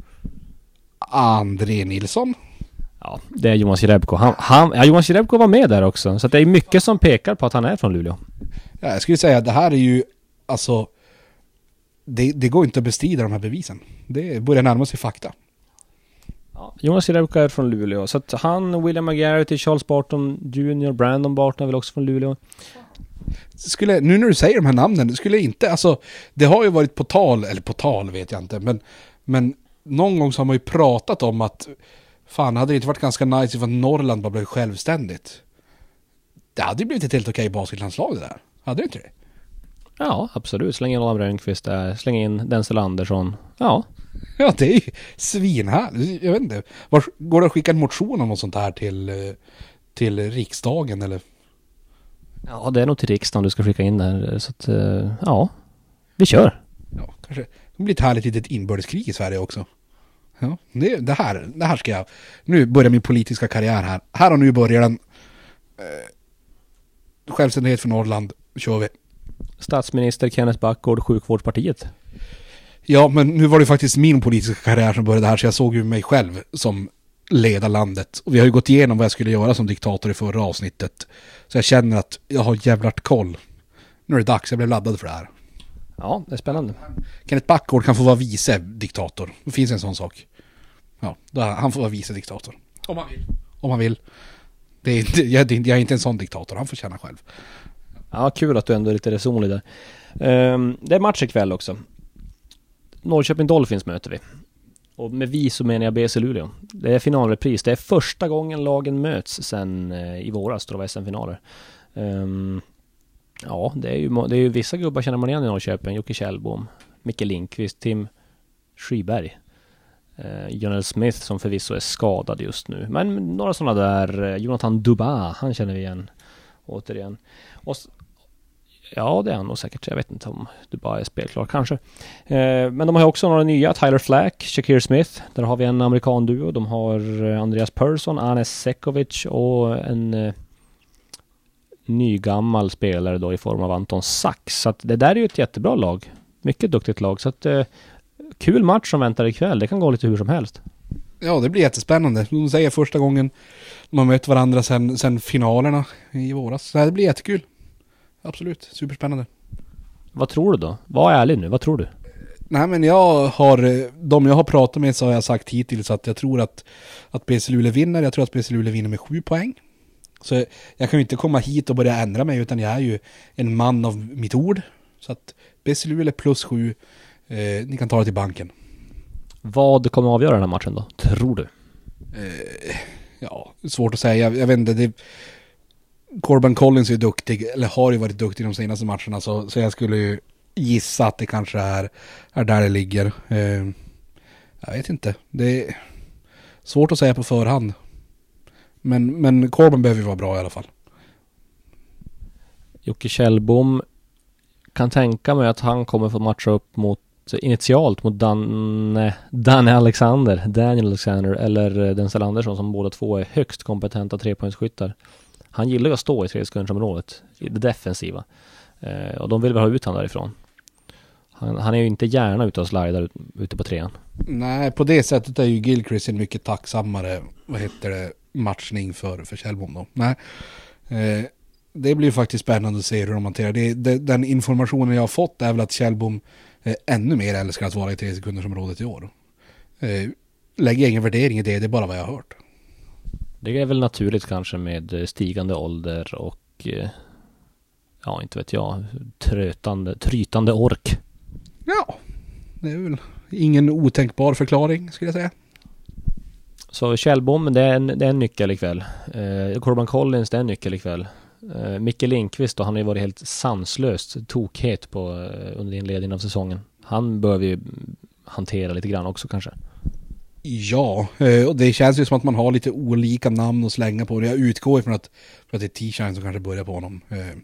André Nilsson. Ja, det är Jonas Jerebko. Han, han, ja, Jonas Jerebko var med där också. Så det är mycket som pekar på att han är från Luleå. Ja, jag skulle säga att det här är ju, alltså, det, det går inte att bestrida de här bevisen. Det börjar närma sig fakta. Ja, Jonas Jerebko är från Luleå. Så att han, William McGarrett, Charles Barton junior, Brandon Barton är väl också från Luleå. Skulle, nu när du säger de här namnen, skulle inte, alltså, det har ju varit på tal, eller på tal vet jag inte, men, men någon gång så har man ju pratat om att fan, hade det inte varit ganska nice ifall Norrland bara blev självständigt? Det hade ju blivit ett helt okej basketlandslag det där. Hade det inte det? Ja, absolut. Släng in Adam Rönnqvist där. Släng in Denzel Andersson. Ja. Ja, det är ju svinhärligt. Jag vet inte. Var, går det att skicka en motion om något sånt här till, till riksdagen eller? Ja, det är nog till riksdagen du ska skicka in där. Så att, ja, vi kör. Ja, kanske. Det blir ett härligt litet inbördeskrig i Sverige också. Ja, det, det, här, det här ska jag... Nu börjar min politiska karriär här. Här och nu börjar den. Eh, självständighet för Norrland. Kör vi. Statsminister Kenneth Backgård, Sjukvårdspartiet. Ja, men nu var det faktiskt min politiska karriär som började här. Så jag såg ju mig själv som leda landet. Och vi har ju gått igenom vad jag skulle göra som diktator i förra avsnittet. Så jag känner att jag har jävlat koll. Nu är det dags, jag blev laddad för det här. Ja, det är spännande. Kenneth Backgård kan få vara vice diktator. Det finns en sån sak. Ja, då han får vara vice diktator. Om han vill. Om han vill. Det är inte, jag, jag är inte en sån diktator, han får känna själv. Ja, kul att du ändå är lite resonlig där. Um, det är match ikväll också. Norrköping Dolphins möter vi. Och med vi så menar jag B C Luleå. Det är finalrepris. Det är första gången lagen möts sen eh, i våras då det var S M-finaler. Um, ja, det är, ju, det är ju vissa gubbar känner man igen i Norrköping. Jocke Kjellbom, Micke Lindqvist, Tim Skyberg. Uh, Jonel Smith som förvisso är skadad just nu. Men några sådana där. Uh, Jonathan Duba, han känner vi igen. Återigen. Och, ja, det är han nog säkert. Jag vet inte om Duba är spelklar. Kanske. Uh, men de har också några nya. Tyler Flack, Shakir Smith. Där har vi en amerikan duo. De har uh, Andreas Persson, Anes Sekovic och en uh, nygammal spelare då i form av Anton Sachs. Så att det där är ju ett jättebra lag. Mycket duktigt lag. Så att uh, kul match som väntar ikväll. Det kan gå lite hur som helst. Ja, det blir jättespännande. De säger första gången man möter varandra sen, sen finalerna i våras. Så det blir jättekul. Absolut, superspännande. Vad tror du då? Var ärlig nu, vad tror du? Nej, men jag har, de jag har pratat med så har jag sagt hittills att jag tror att, att B C Luleå vinner. Jag tror att B C Luleå vinner med sju poäng. Så jag kan ju inte komma hit och börja ändra mig utan jag är ju en man av mitt ord. Så att B C Luleå plus sju, eh, ni kan ta det till banken. Vad kommer att avgöra den här matchen då, tror du? Eh, ja, svårt att säga. Jag, jag vet inte, det, Corbin Collins är duktig, eller har ju varit duktig de senaste matcherna, så, så jag skulle ju gissa att det kanske är, är där det ligger. Eh, jag vet inte. Det är svårt att säga på förhand. Men, men Corbin behöver ju vara bra i alla fall. Jocke Kjellbom kan tänka mig att han kommer få matcha upp mot initialt mot Dan, Dan Alexander, Daniel Alexander eller Denzel Andersson som båda två är högst kompetenta trepoängsskyttar. Han gillar ju att stå i tresekundsområdet, i det defensiva. Eh, och de vill väl ha ut han därifrån. Han, han är ju inte gärna ute och slidar ut, ute på trean. Nej, på det sättet är ju Gilchrist en mycket tacksammare, vad heter det, matchning för, för Källbom då. Nej, eh, det blir ju faktiskt spännande att se hur de hanterar det. det. Den informationen jag har fått är väl att Källbom eh, ännu mer älskar att vara i tre sekundersområdet i år. Eh, lägger ingen värdering i det, det är bara vad jag har hört. Det är väl naturligt kanske med stigande ålder och eh, ja, inte vet jag, trötande, trytande ork. Ja, det är väl ingen otänkbar förklaring skulle jag säga. Så Källbom, det är en, det är en nyckel ikväll. Eh, Corbin Collins, det är en nyckel ikväll. Eh, Micke Lindqvist då, han har ju varit helt sanslöst tokhet på, eh, under inledningen av säsongen. Han bör vi hantera lite grann också kanske. Ja, eh, och det känns ju som att man har lite olika namn att slänga på. Jag utgår ifrån att, för att det är T-Shine som kanske börjar på honom. Eh,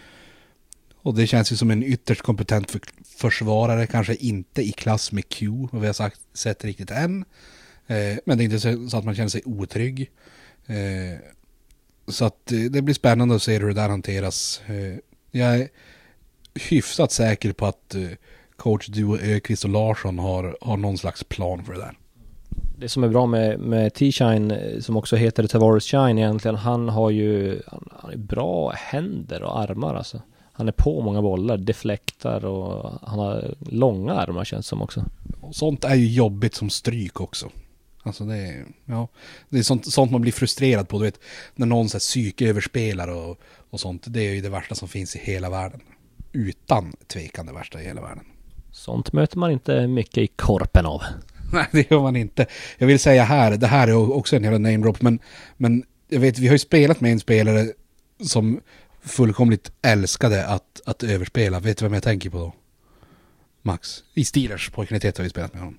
och det känns ju som en ytterst kompetent för, försvarare, kanske inte i klass med Q, vad vi har sagt, sett riktigt än. Eh, men det är inte så, så att man känner sig otrygg. Eh, så att eh, det blir spännande att se hur det där hanteras. Eh, jag är hyfsat säker på att eh, coach Duo Öqvist och Larsson har, har någon slags plan för det där. Det som är bra med, med T-Shine, som också heter Tavares Shine egentligen, han har ju han har bra händer och armar alltså. Han är på många bollar, deflektar och han har långa armar känns som också. Och sånt är ju jobbigt som stryk också. Alltså det är, ja, det är sånt, sånt man blir frustrerad på, du vet, när någon så här psyköverspelar och, och sånt. Det är ju det värsta som finns i hela världen. Utan tvekan det värsta i hela världen. Sånt möter man inte mycket i korpen av. Nej, det gör man inte. Jag vill säga här, det här är också en jävla name drop, men, men jag vet, vi har ju spelat med en spelare som fullkomligt älskade att, att överspela. Vet du vem jag tänker på då? Max. I Steelers på Knetet har vi spelat med honom.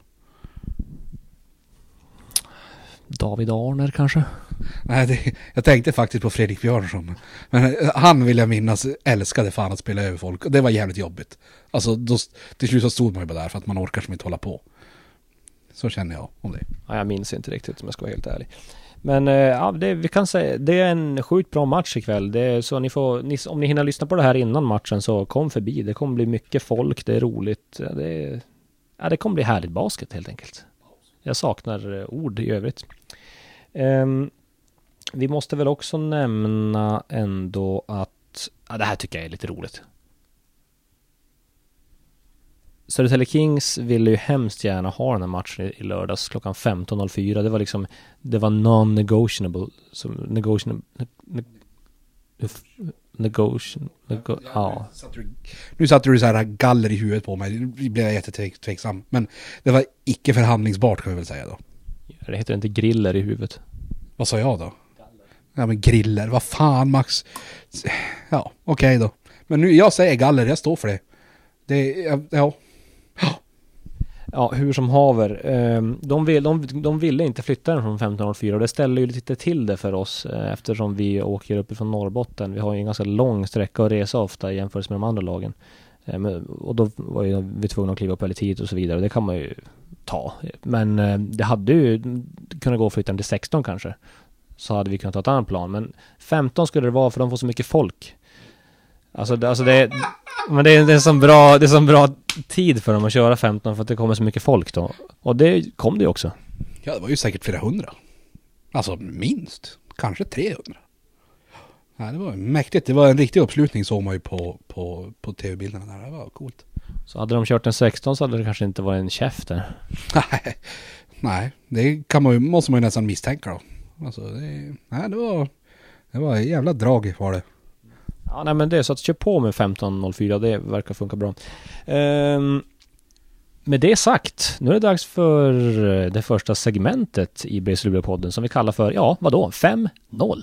David Arner kanske? Nej, det, jag tänkte faktiskt på Fredrik Björnsson. Men han vill jag minnas älskade fan att spela över folk. Och det var jävligt jobbigt. Alltså, då, till slut så stod man ju bara där för att man orkar som inte hålla på. Så känner jag om det. Ja, jag minns inte riktigt om jag ska vara helt ärlig. Men ja, det, vi kan säga, det är en sjukt bra match ikväll. Det är, så ni får, ni, om ni hinner lyssna på det här innan matchen så kom förbi. Det kommer bli mycket folk, det är roligt. Det, är, ja, det kommer bli härligt basket helt enkelt. Jag saknar ord i övrigt. Um, vi måste väl också nämna ändå att ja, det här tycker jag är lite roligt. Södertälje Kings ville ju hemskt gärna ha den här matchen i, i lördags klockan femton noll fyra. Det var liksom, det var non-negotiable. Så negotiable ne, negotiable nego, ja. Nu satte du så här galler i huvudet på mig. Det blev jag jättetveksam. Men det var icke förhandlingsbart kan vi väl säga då. Det heter inte griller i huvudet. Vad sa jag då? Ja men griller, vad fan Max. Ja, okej okay då. Men nu, jag säger galler, jag står för det. Det, ja, ja. Ja, hur som haver. De, vill, de, de ville inte flytta den från femton noll fyra och det ställer ju lite till det för oss eftersom vi åker upp från Norrbotten. Vi har ju en ganska lång sträcka att resa ofta jämfört med de andra lagen. Och då var ju vi tvungna att kliva upp väldigt tidigt och så vidare. Det kan man ju ta. Men det hade ju kunnat gå att flytta den till sexton kanske. Så hade vi kunnat ta ett annat plan. Men femton skulle det vara för de får så mycket folk. Alltså, det, alltså det, men det är, det är som bra, det är som bra tid för dem att köra femton för att det kommer så mycket folk då. Och det kom det också. Ja, det var ju säkert flera hundra. Alltså minst. Kanske trehundra. Ja, det var mäktigt. Det var en riktig uppslutning såg man ju på, på, på tv-bilderna där. Det var coolt. Så hade de kört en sexton så hade det kanske inte varit en käft där. Nej, nej, det kan man ju, måste man ju nästan misstänka då. Alltså, det, nej, det var det var en jävla drag var det. Ja, nej men det är så att kör på med femton noll fyra, det verkar funka bra. Um, med det sagt, nu är det dags för det första segmentet i B S Luleå-podden som vi kallar för, ja, vadå? fem noll.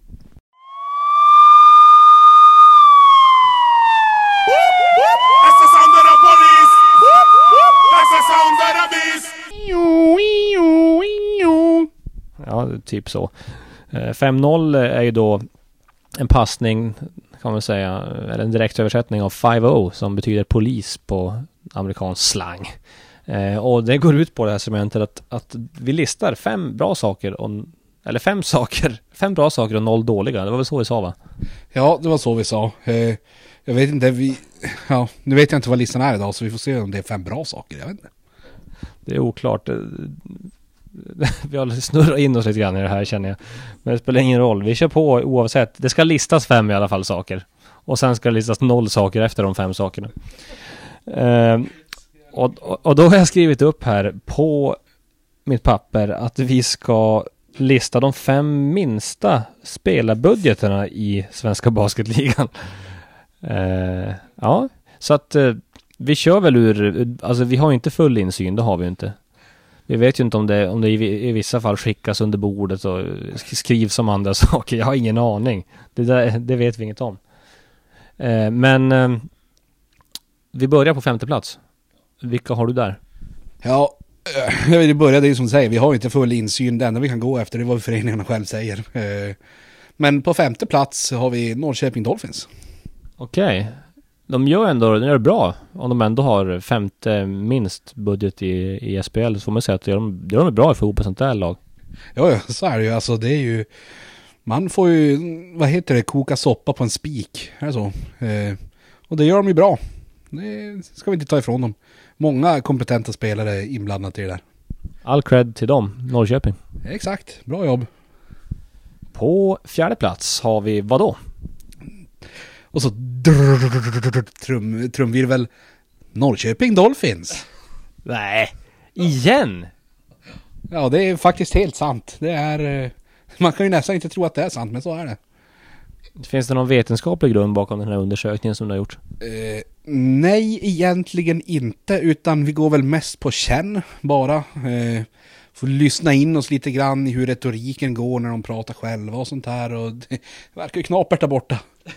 Ja, typ så. fem noll är ju då en passning kan man säga, eller en direkt översättning av five oh som betyder polis på amerikansk slang. Eh, och det går ut på det här segmentet att, att vi listar fem bra saker om, Eller fem saker. Fem bra saker och noll dåliga. Det var väl så vi sa, va? Ja, det var så vi sa. Eh, jag vet inte, vi... Ja, nu vet jag inte vad listan är idag, så vi får se om det är fem bra saker, jag vet inte. Det är oklart. Vi har snurrat in oss lite grann i det här, känner jag. Men det spelar ingen roll. Vi kör på oavsett. Det ska listas fem i alla fall saker. Och sen ska det listas noll saker efter de fem sakerna. Eh, och, och då har jag skrivit upp här på mitt papper att vi ska lista de fem minsta spelarbudgeterna i Svenska Basketligan. Eh, ja, så att eh, vi kör väl ur, alltså vi har ju inte full insyn, det har vi ju inte. Vi vet ju inte om det, om det i, i vissa fall skickas under bordet och skrivs som andra saker. Jag har ingen aning. Det, där, det vet vi inget om. Eh, men eh, vi börjar på femte plats. Vilka har du där? Ja, jag vill börja, det är ju som du säger, vi har inte full insyn. Det enda vi kan gå efter, det är vad föreningarna själv säger. Eh, men på femte plats har vi Norrköping Dolphins. Okej. Okay. De gör ändå, de gör det bra. Om de ändå har femte minst budget i, i S P L, så får man säga att de gör de, de är bra för ihop ett sånt där lag. Ja, ja, så är det ju. Alltså det är ju, man får ju, vad heter det, koka soppa på en spik. Är det så? Eh, och det gör de ju bra. Det ska vi inte ta ifrån dem. Många kompetenta spelare inblandade i det där. All cred till dem, Norrköping. Exakt, bra jobb. På fjärde plats har vi vad då? Och så trum, trumvirvel Norrköping Dolphins. Nej, igen? Ja, det är faktiskt helt sant. Det är, man kan ju nästan inte tro att det är sant, men så är det. Finns det någon vetenskaplig grund bakom den här undersökningen som du har gjort? Eh, nej, egentligen inte. Utan vi går väl mest på känn bara. Eh, får lyssna in oss lite grann i hur retoriken går när de pratar själva och sånt här. Och det verkar ju knapert där borta.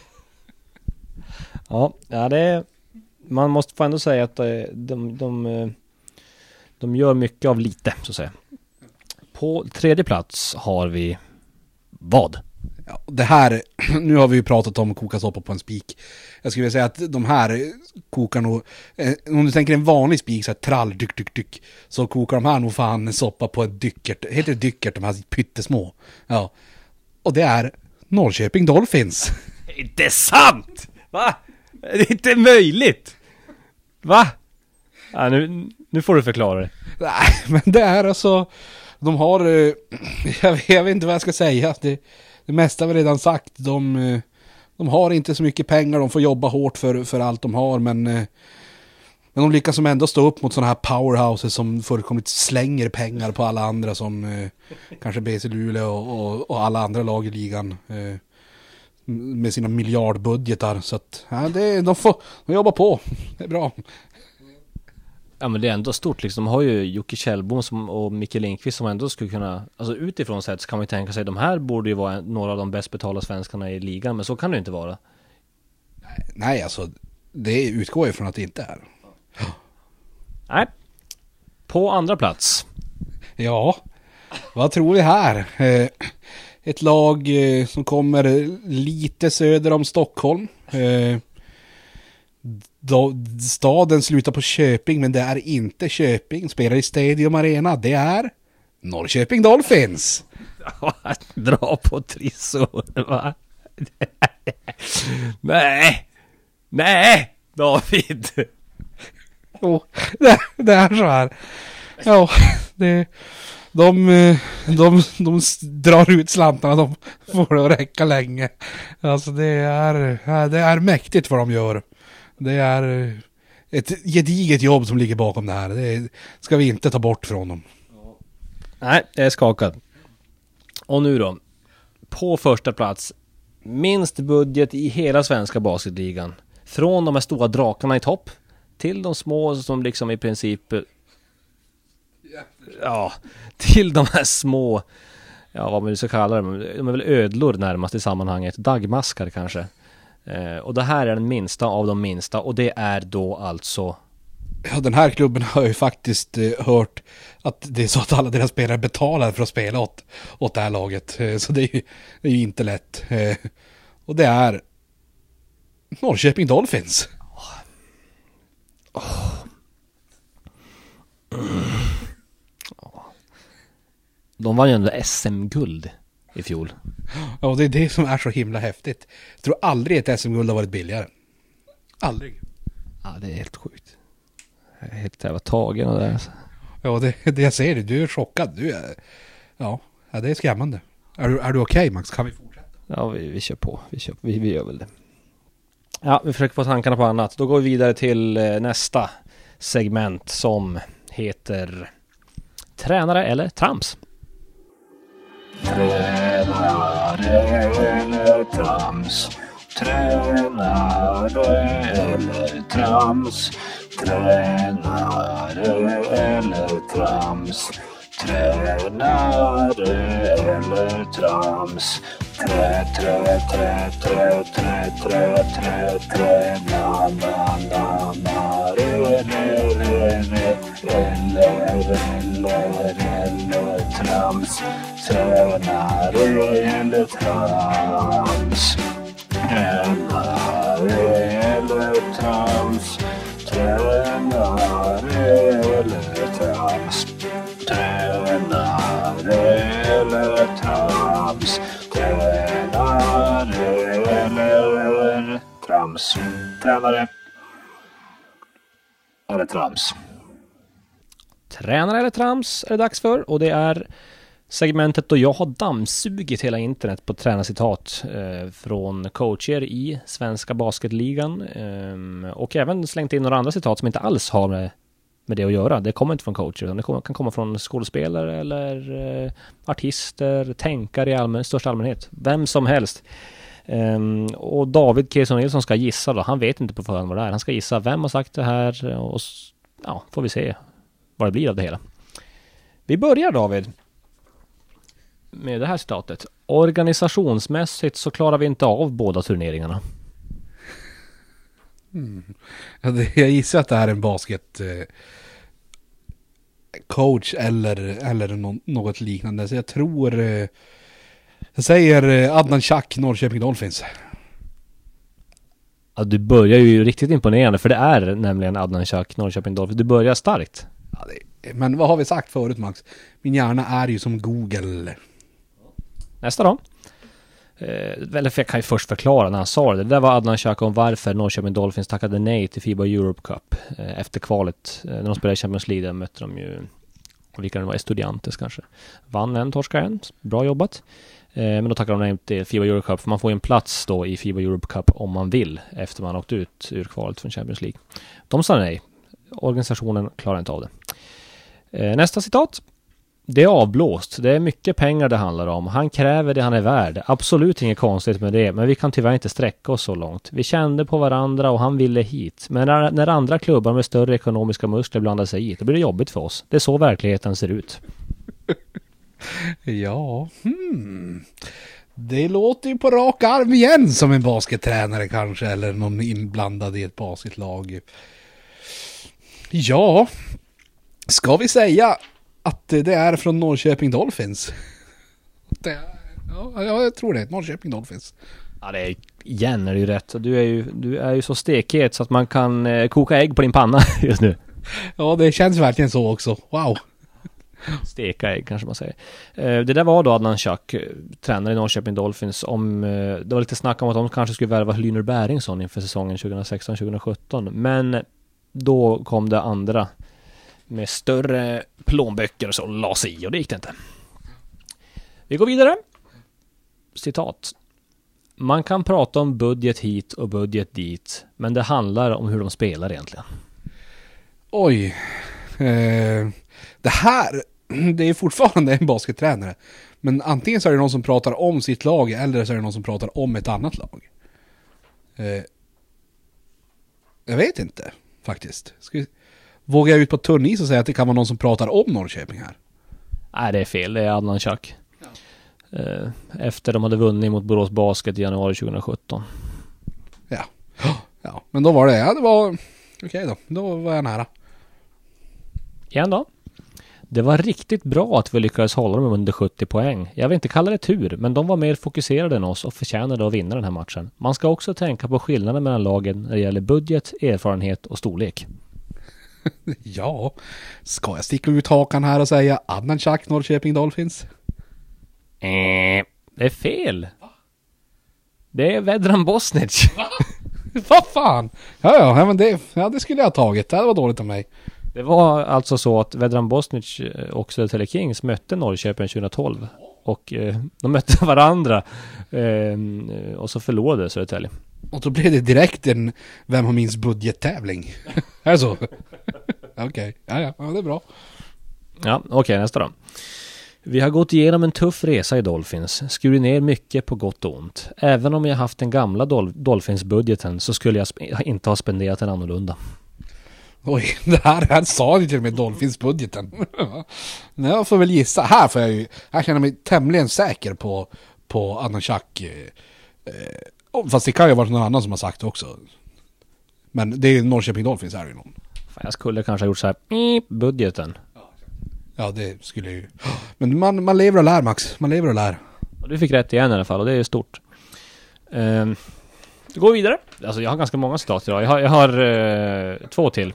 Ja, ja det är, man måste få ändå säga att de, de, de, de gör mycket av lite, så att säga. På tredje plats har vi vad? Ja, det här, nu har vi ju pratat om att koka soppa på en spik. Jag skulle vilja säga att de här kokar nog, eh, om du tänker en vanlig spik så här trall, dyk, dyk, dyk, så kokar de här nog fan soppa på en dyckert. Heter det dyckert, de här pyttesmå? Ja. Och det är Norrköping Dolphins. Inte sant! Va? Det är inte möjligt! Va? Ja, nu, nu får du förklara det. Nej, men det är alltså, de har, eh, jag, vet, jag vet inte vad jag ska säga. Det Det mesta har vi redan sagt. De, de har inte så mycket pengar. De får jobba hårt för, för allt de har. Men, men de lyckas som ändå stå upp mot sådana här powerhouses som fullkomligt slänger pengar på alla andra. Som eh, kanske B C Luleå och, och, och alla andra lag i ligan. Eh, med sina miljardbudgetar. Så att ja, det, de får de jobbar på. Det är bra. Ja, men det är ändå stort liksom. De har ju Jocke Kjellbom som, och Micke Lindqvist som ändå skulle kunna, alltså utifrån sett så kan man ju tänka sig de här borde ju vara några av de bäst betalda svenskarna i ligan, men så kan det ju inte vara. Nej, alltså det utgår ju från att det inte är. Nej. På andra plats. Ja, vad tror vi här? Eh, ett lag eh, som kommer lite söder om Stockholm. Eh, Då, staden slutar på Köping, men det är inte Köping. Spelar i Stadium Arena. Det är Norrköping Dolphins. Dra på trissor, va? Nej. Nej, David. Oh, det, det är så här. Ja, det, de, de, de drar ut slantarna. De får det att räcka länge. Alltså det är, det är mäktigt vad de gör. Det är ett gediget jobb som ligger bakom det här. Det ska vi inte ta bort från dem. Nej, jag är skakad. Och nu då. På första plats. Minst budget i hela svenska basketligan. Från de här stora drakarna i topp till de små som liksom i princip... Ja, till de här små... Ja, vad man ska kalla dem. De är väl ödlor närmast i sammanhanget. Dagmaskar kanske. Eh, och det här är den minsta av de minsta. Och det är då alltså... Ja, den här klubben har ju faktiskt eh, hört att det är så att alla deras spelare betalar för att spela åt, åt det här laget. Eh, så det är ju, det är ju inte lätt. Eh, och det är Norrköping Dolphins. Oh. Mm. Oh. De vann ju ändå S M-guld i fjol. Ja, och det är det som är så himla häftigt. Jag tror aldrig ett S M-guld har varit billigare. Aldrig. Ja, det är helt sjukt. Jag är helt jävla tagen av det här. Ja, det, det jag säger det. Du är chockad. Du är, ja, ja, det är skrämmande. Är du, är du okej, okay, Max? Kan vi fortsätta? Ja, vi, vi kör på. Vi, kör, vi, vi gör väl det. Ja, vi försöker få tankarna på annat. Då går vi vidare till eh, nästa segment som heter Tränare eller trams. Tränare eller trams. Tränare eller trams. Tränare eller trams. Tränare eller trams. Trä, trä, trä, trä, trä, trä, trä, trä, na, na, na, na, re, re, re, re, eller, eller, eller, trams. Tränare eller trams. Tränare eller trams. Tränare eller trams. Tränare eller trams. Tränare eller trams. Tränare eller trams. Tränare eller trams är det dags för. Och det är segmentet då jag har dammsugit hela internet på tränarcitat eh, från coacher i svenska basketligan. Eh, och även slängt in några andra citat som inte alls har med med det att göra. Det kommer inte från coacher, utan det kommer, kan komma från skådespelare eller eh, artister, tänkare i allmän, största allmänhet. Vem som helst. Um, och David Kesson Nilsson ska gissa då. Han vet inte på förhand vad det är. Han ska gissa vem har sagt det här och ja, får vi se vad det blir av det hela. Vi börjar, David, med det här citatet. Organisationsmässigt så klarar vi inte av båda turneringarna. Mm. Ja, det, jag gissar att det här är en basket eh, coach eller, eller no, något liknande. Så jag tror eh, jag säger eh, Adnan Chak, Norrköping Dolphins. Ja, du börjar ju riktigt imponerande, för det är nämligen Adnan Chak, Norrköping Dolphins. Du börjar starkt. Ja, det, men vad har vi sagt förut, Max? Min hjärna är ju som Google. Nästa då. Eh, eller för jag kan ju först förklara när han sa det. Det där var Adnan Chak om varför Norrköping Dolphins tackade nej till FIBA Europe Cup eh, efter kvalet. Eh, när de spelade i Champions League mötte de ju, vilka det var, Estudiantes kanske. Vann en, torskade en. Bra jobbat. Eh, men då tackade de nej till FIBA Europe Cup, för man får ju en plats då i FIBA Europe Cup om man vill efter man åkt ut ur kvalet från Champions League. De sa nej. Organisationen klarar inte av det. Eh, nästa citat. Det är avblåst. Det är mycket pengar det handlar om. Han kräver det han är värd. Absolut inget konstigt med det, men vi kan tyvärr inte sträcka oss så långt. Vi kände på varandra och han ville hit. Men när, när andra klubbar med större ekonomiska muskler blandar sig i, då blir det jobbigt för oss. Det är så verkligheten ser ut. Ja, hmm. Det låter ju på rak arm igen som en baskettränare kanske, eller någon inblandad i ett basketlag. Ja, ska vi säga att det är från Norrköping Dolphins? Det är, ja, jag tror det. Norrköping Dolphins. Ja, det är, igen är det ju rätt. Du är ju, du är ju så stekhet så att man kan eh, koka ägg på din panna just nu. Ja, det känns verkligen så också. Wow. Steka ägg kanske man säger. Eh, det där var då Adnan Chak, tränare i Norrköping Dolphins. Om, eh, det var lite snack om att de kanske skulle värva Lyner Bäringsson inför säsongen tjugohundrasexton tjugosjutton. Men då kom det andra med större plånböcker och så la sig i, och det gick det inte. Vi går vidare. Citat. Man kan prata om budget hit och budget dit, men det handlar om hur de spelar egentligen. Oj. Eh, det här, det är fortfarande en baskettränare. Men antingen så är det någon som pratar om sitt lag, eller så är det någon som pratar om ett annat lag. Eh, jag vet inte, faktiskt. Ska vi... Vågar jag ut på tunnis och säga att det kan vara någon som pratar om Norrköping här? Nej, det är fel. Det är Adnan Chak. Ja. Efter de hade vunnit mot Borås Basket i januari tjugosjutton. Ja. Ja, men då var det. Ja, det var... Okej okay då. Då var jag nära. Igen då. Det var riktigt bra att vi lyckades hålla dem under sjuttio poäng. Jag vill inte kalla det tur, men de var mer fokuserade än oss och förtjänade att vinna den här matchen. Man ska också tänka på skillnaden mellan lagen när det gäller budget, erfarenhet och storlek. Ja, ska jag sticka ut hakan här och säga Adnan Chak, Norrköping Dolphins? Eh, det är fel. Det är Vedran Bosnic. Vad fan? Ja, ja, men det, ja, det skulle jag ha tagit. Det var dåligt av mig. Det var alltså så att Vedran Bosnic och Södertälje Kings mötte Norrköping tjugohundratolv. Och eh, de mötte varandra. Eh, och så förlorade Södertälje. Och då blev det direkt en Vem har minst budgettävling? Är det så? Okej, okay. ja, ja, ja, det är bra. Ja, okej, okay, nästa då. Vi har gått igenom en tuff resa i Dolphins, skurit ner mycket på gott och ont. Även om jag haft den gamla Dol- Dolphins-budgeten så skulle jag sp- inte ha spenderat den annorlunda. Oj, det här, här sa ni till och med Dolphins-budgeten. Nej, jag får väl gissa. Här får jag ju, här känner jag mig tämligen säker på, på Adnan Chak. Eh, fast det kan ju vara någon annan som har sagt det också. Men det är ju Norrköping Dolphins här ju någon. Fan, jag skulle kanske ha gjort så här, i budgeten. Ja, det skulle ju... Men man, man lever och lär, Max. Man lever och lär. Och du fick rätt igen i alla fall, och det är ju stort. Uh, Gå vidare. Alltså jag har ganska många citat idag. Jag har, jag har uh, två till.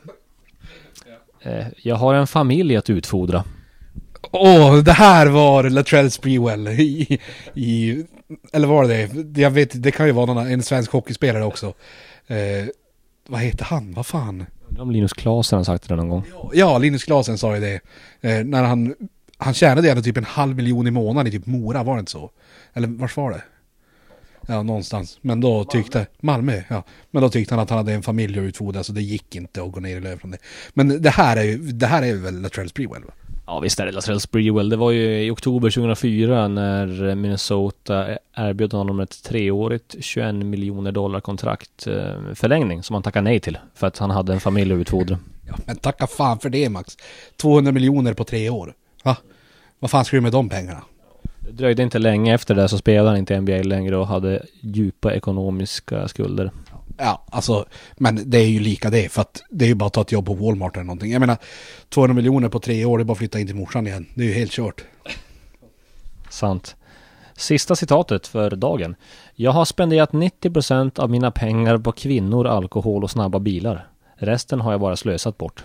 Uh, jag har en familj att utfodra. Åh, oh, det här var Latrell Sprewell i, i... Eller var det det? Jag vet, det kan ju vara någon, en svensk hockeyspelare också. Uh, vad heter han? Vad fan? Om Linus Klasen har sagt det någon gång. Ja, Linus Klasen sa ju det. Eh, när han, han tjänade ändå typ en halv miljon i månaden i typ Mora, var det inte så? Eller vart var det? Ja, någonstans. Men då tyckte... Malmö. Malmö, ja. Men då tyckte han att han hade en familj att utfodra, så det gick inte att gå ner i löv från det. Men det här är ju, det här är väl Latrell Sprewell, va? Ja, visst är det Latrell Sprewell. Det var ju i oktober tjugohundrafyra när Minnesota erbjöd honom ett treårigt tjugoen miljoner dollar kontrakt förlängning som han tackade nej till för att han hade en familj att utfodra. Ja, men tacka fan för det, Max. tvåhundra miljoner på tre år. Va? Vad fan ska du med de pengarna? Det dröjde inte länge efter det så spelade han inte N B A längre och hade djupa ekonomiska skulder. Ja, alltså, men det är ju lika det, för att det är ju bara att ta ett jobb på Walmart eller någonting. Jag menar, tvåhundra miljoner på tre år, det är bara att flytta in till morsan igen. Det är ju helt kört. Sant. Sista citatet för dagen. Jag har spenderat nittio procent av mina pengar på kvinnor, alkohol och snabba bilar. Resten har jag bara slösat bort.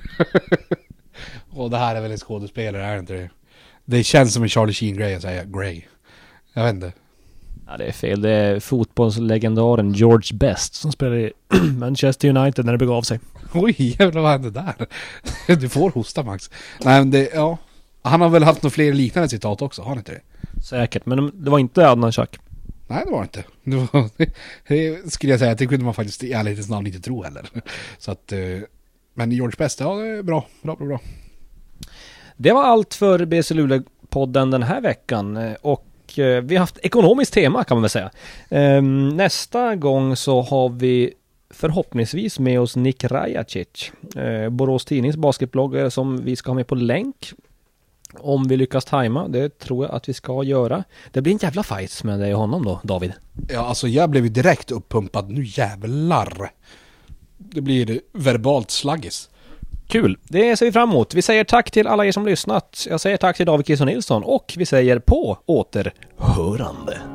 Och det här är väl en skådespelare, är det inte det? Det känns som en Charlie Sheen-grej att säga Grey. Jag vet inte. Ja, det är fel. Det är fotbollslegendaren George Best som spelar i Manchester United när det begav sig. Oj, jävlar, vad hände där? Du får hosta, Max. Nej, men det, ja. Han har väl haft några fler liknande citat också, har han inte det? Säkert, men det var inte Adnan Chak. Nej, det var inte. Det, var, det skulle jag säga, det kunde man faktiskt i ärlighetens namn inte tro heller. Så att, men George Best, ja, det är bra, bra, bra, bra. Det var allt för B C Luleå-podden den här veckan. Och vi har haft ekonomiskt tema, kan man väl säga. Nästa gång så har vi förhoppningsvis med oss Nick Rajacic, Borås Tidnings basketbloggare, som vi ska ha med på länk. Om vi lyckas tajma, det tror jag att vi ska göra. Det blir en jävla fight med dig och honom då, David. Ja, alltså jag blev ju direkt uppumpad. Nu jävlar. Det blir verbalt slaggis. Kul, det ser vi fram emot. Vi säger tack till alla er som lyssnat. Jag säger tack till David Kisson Nilsson och vi säger på återhörande.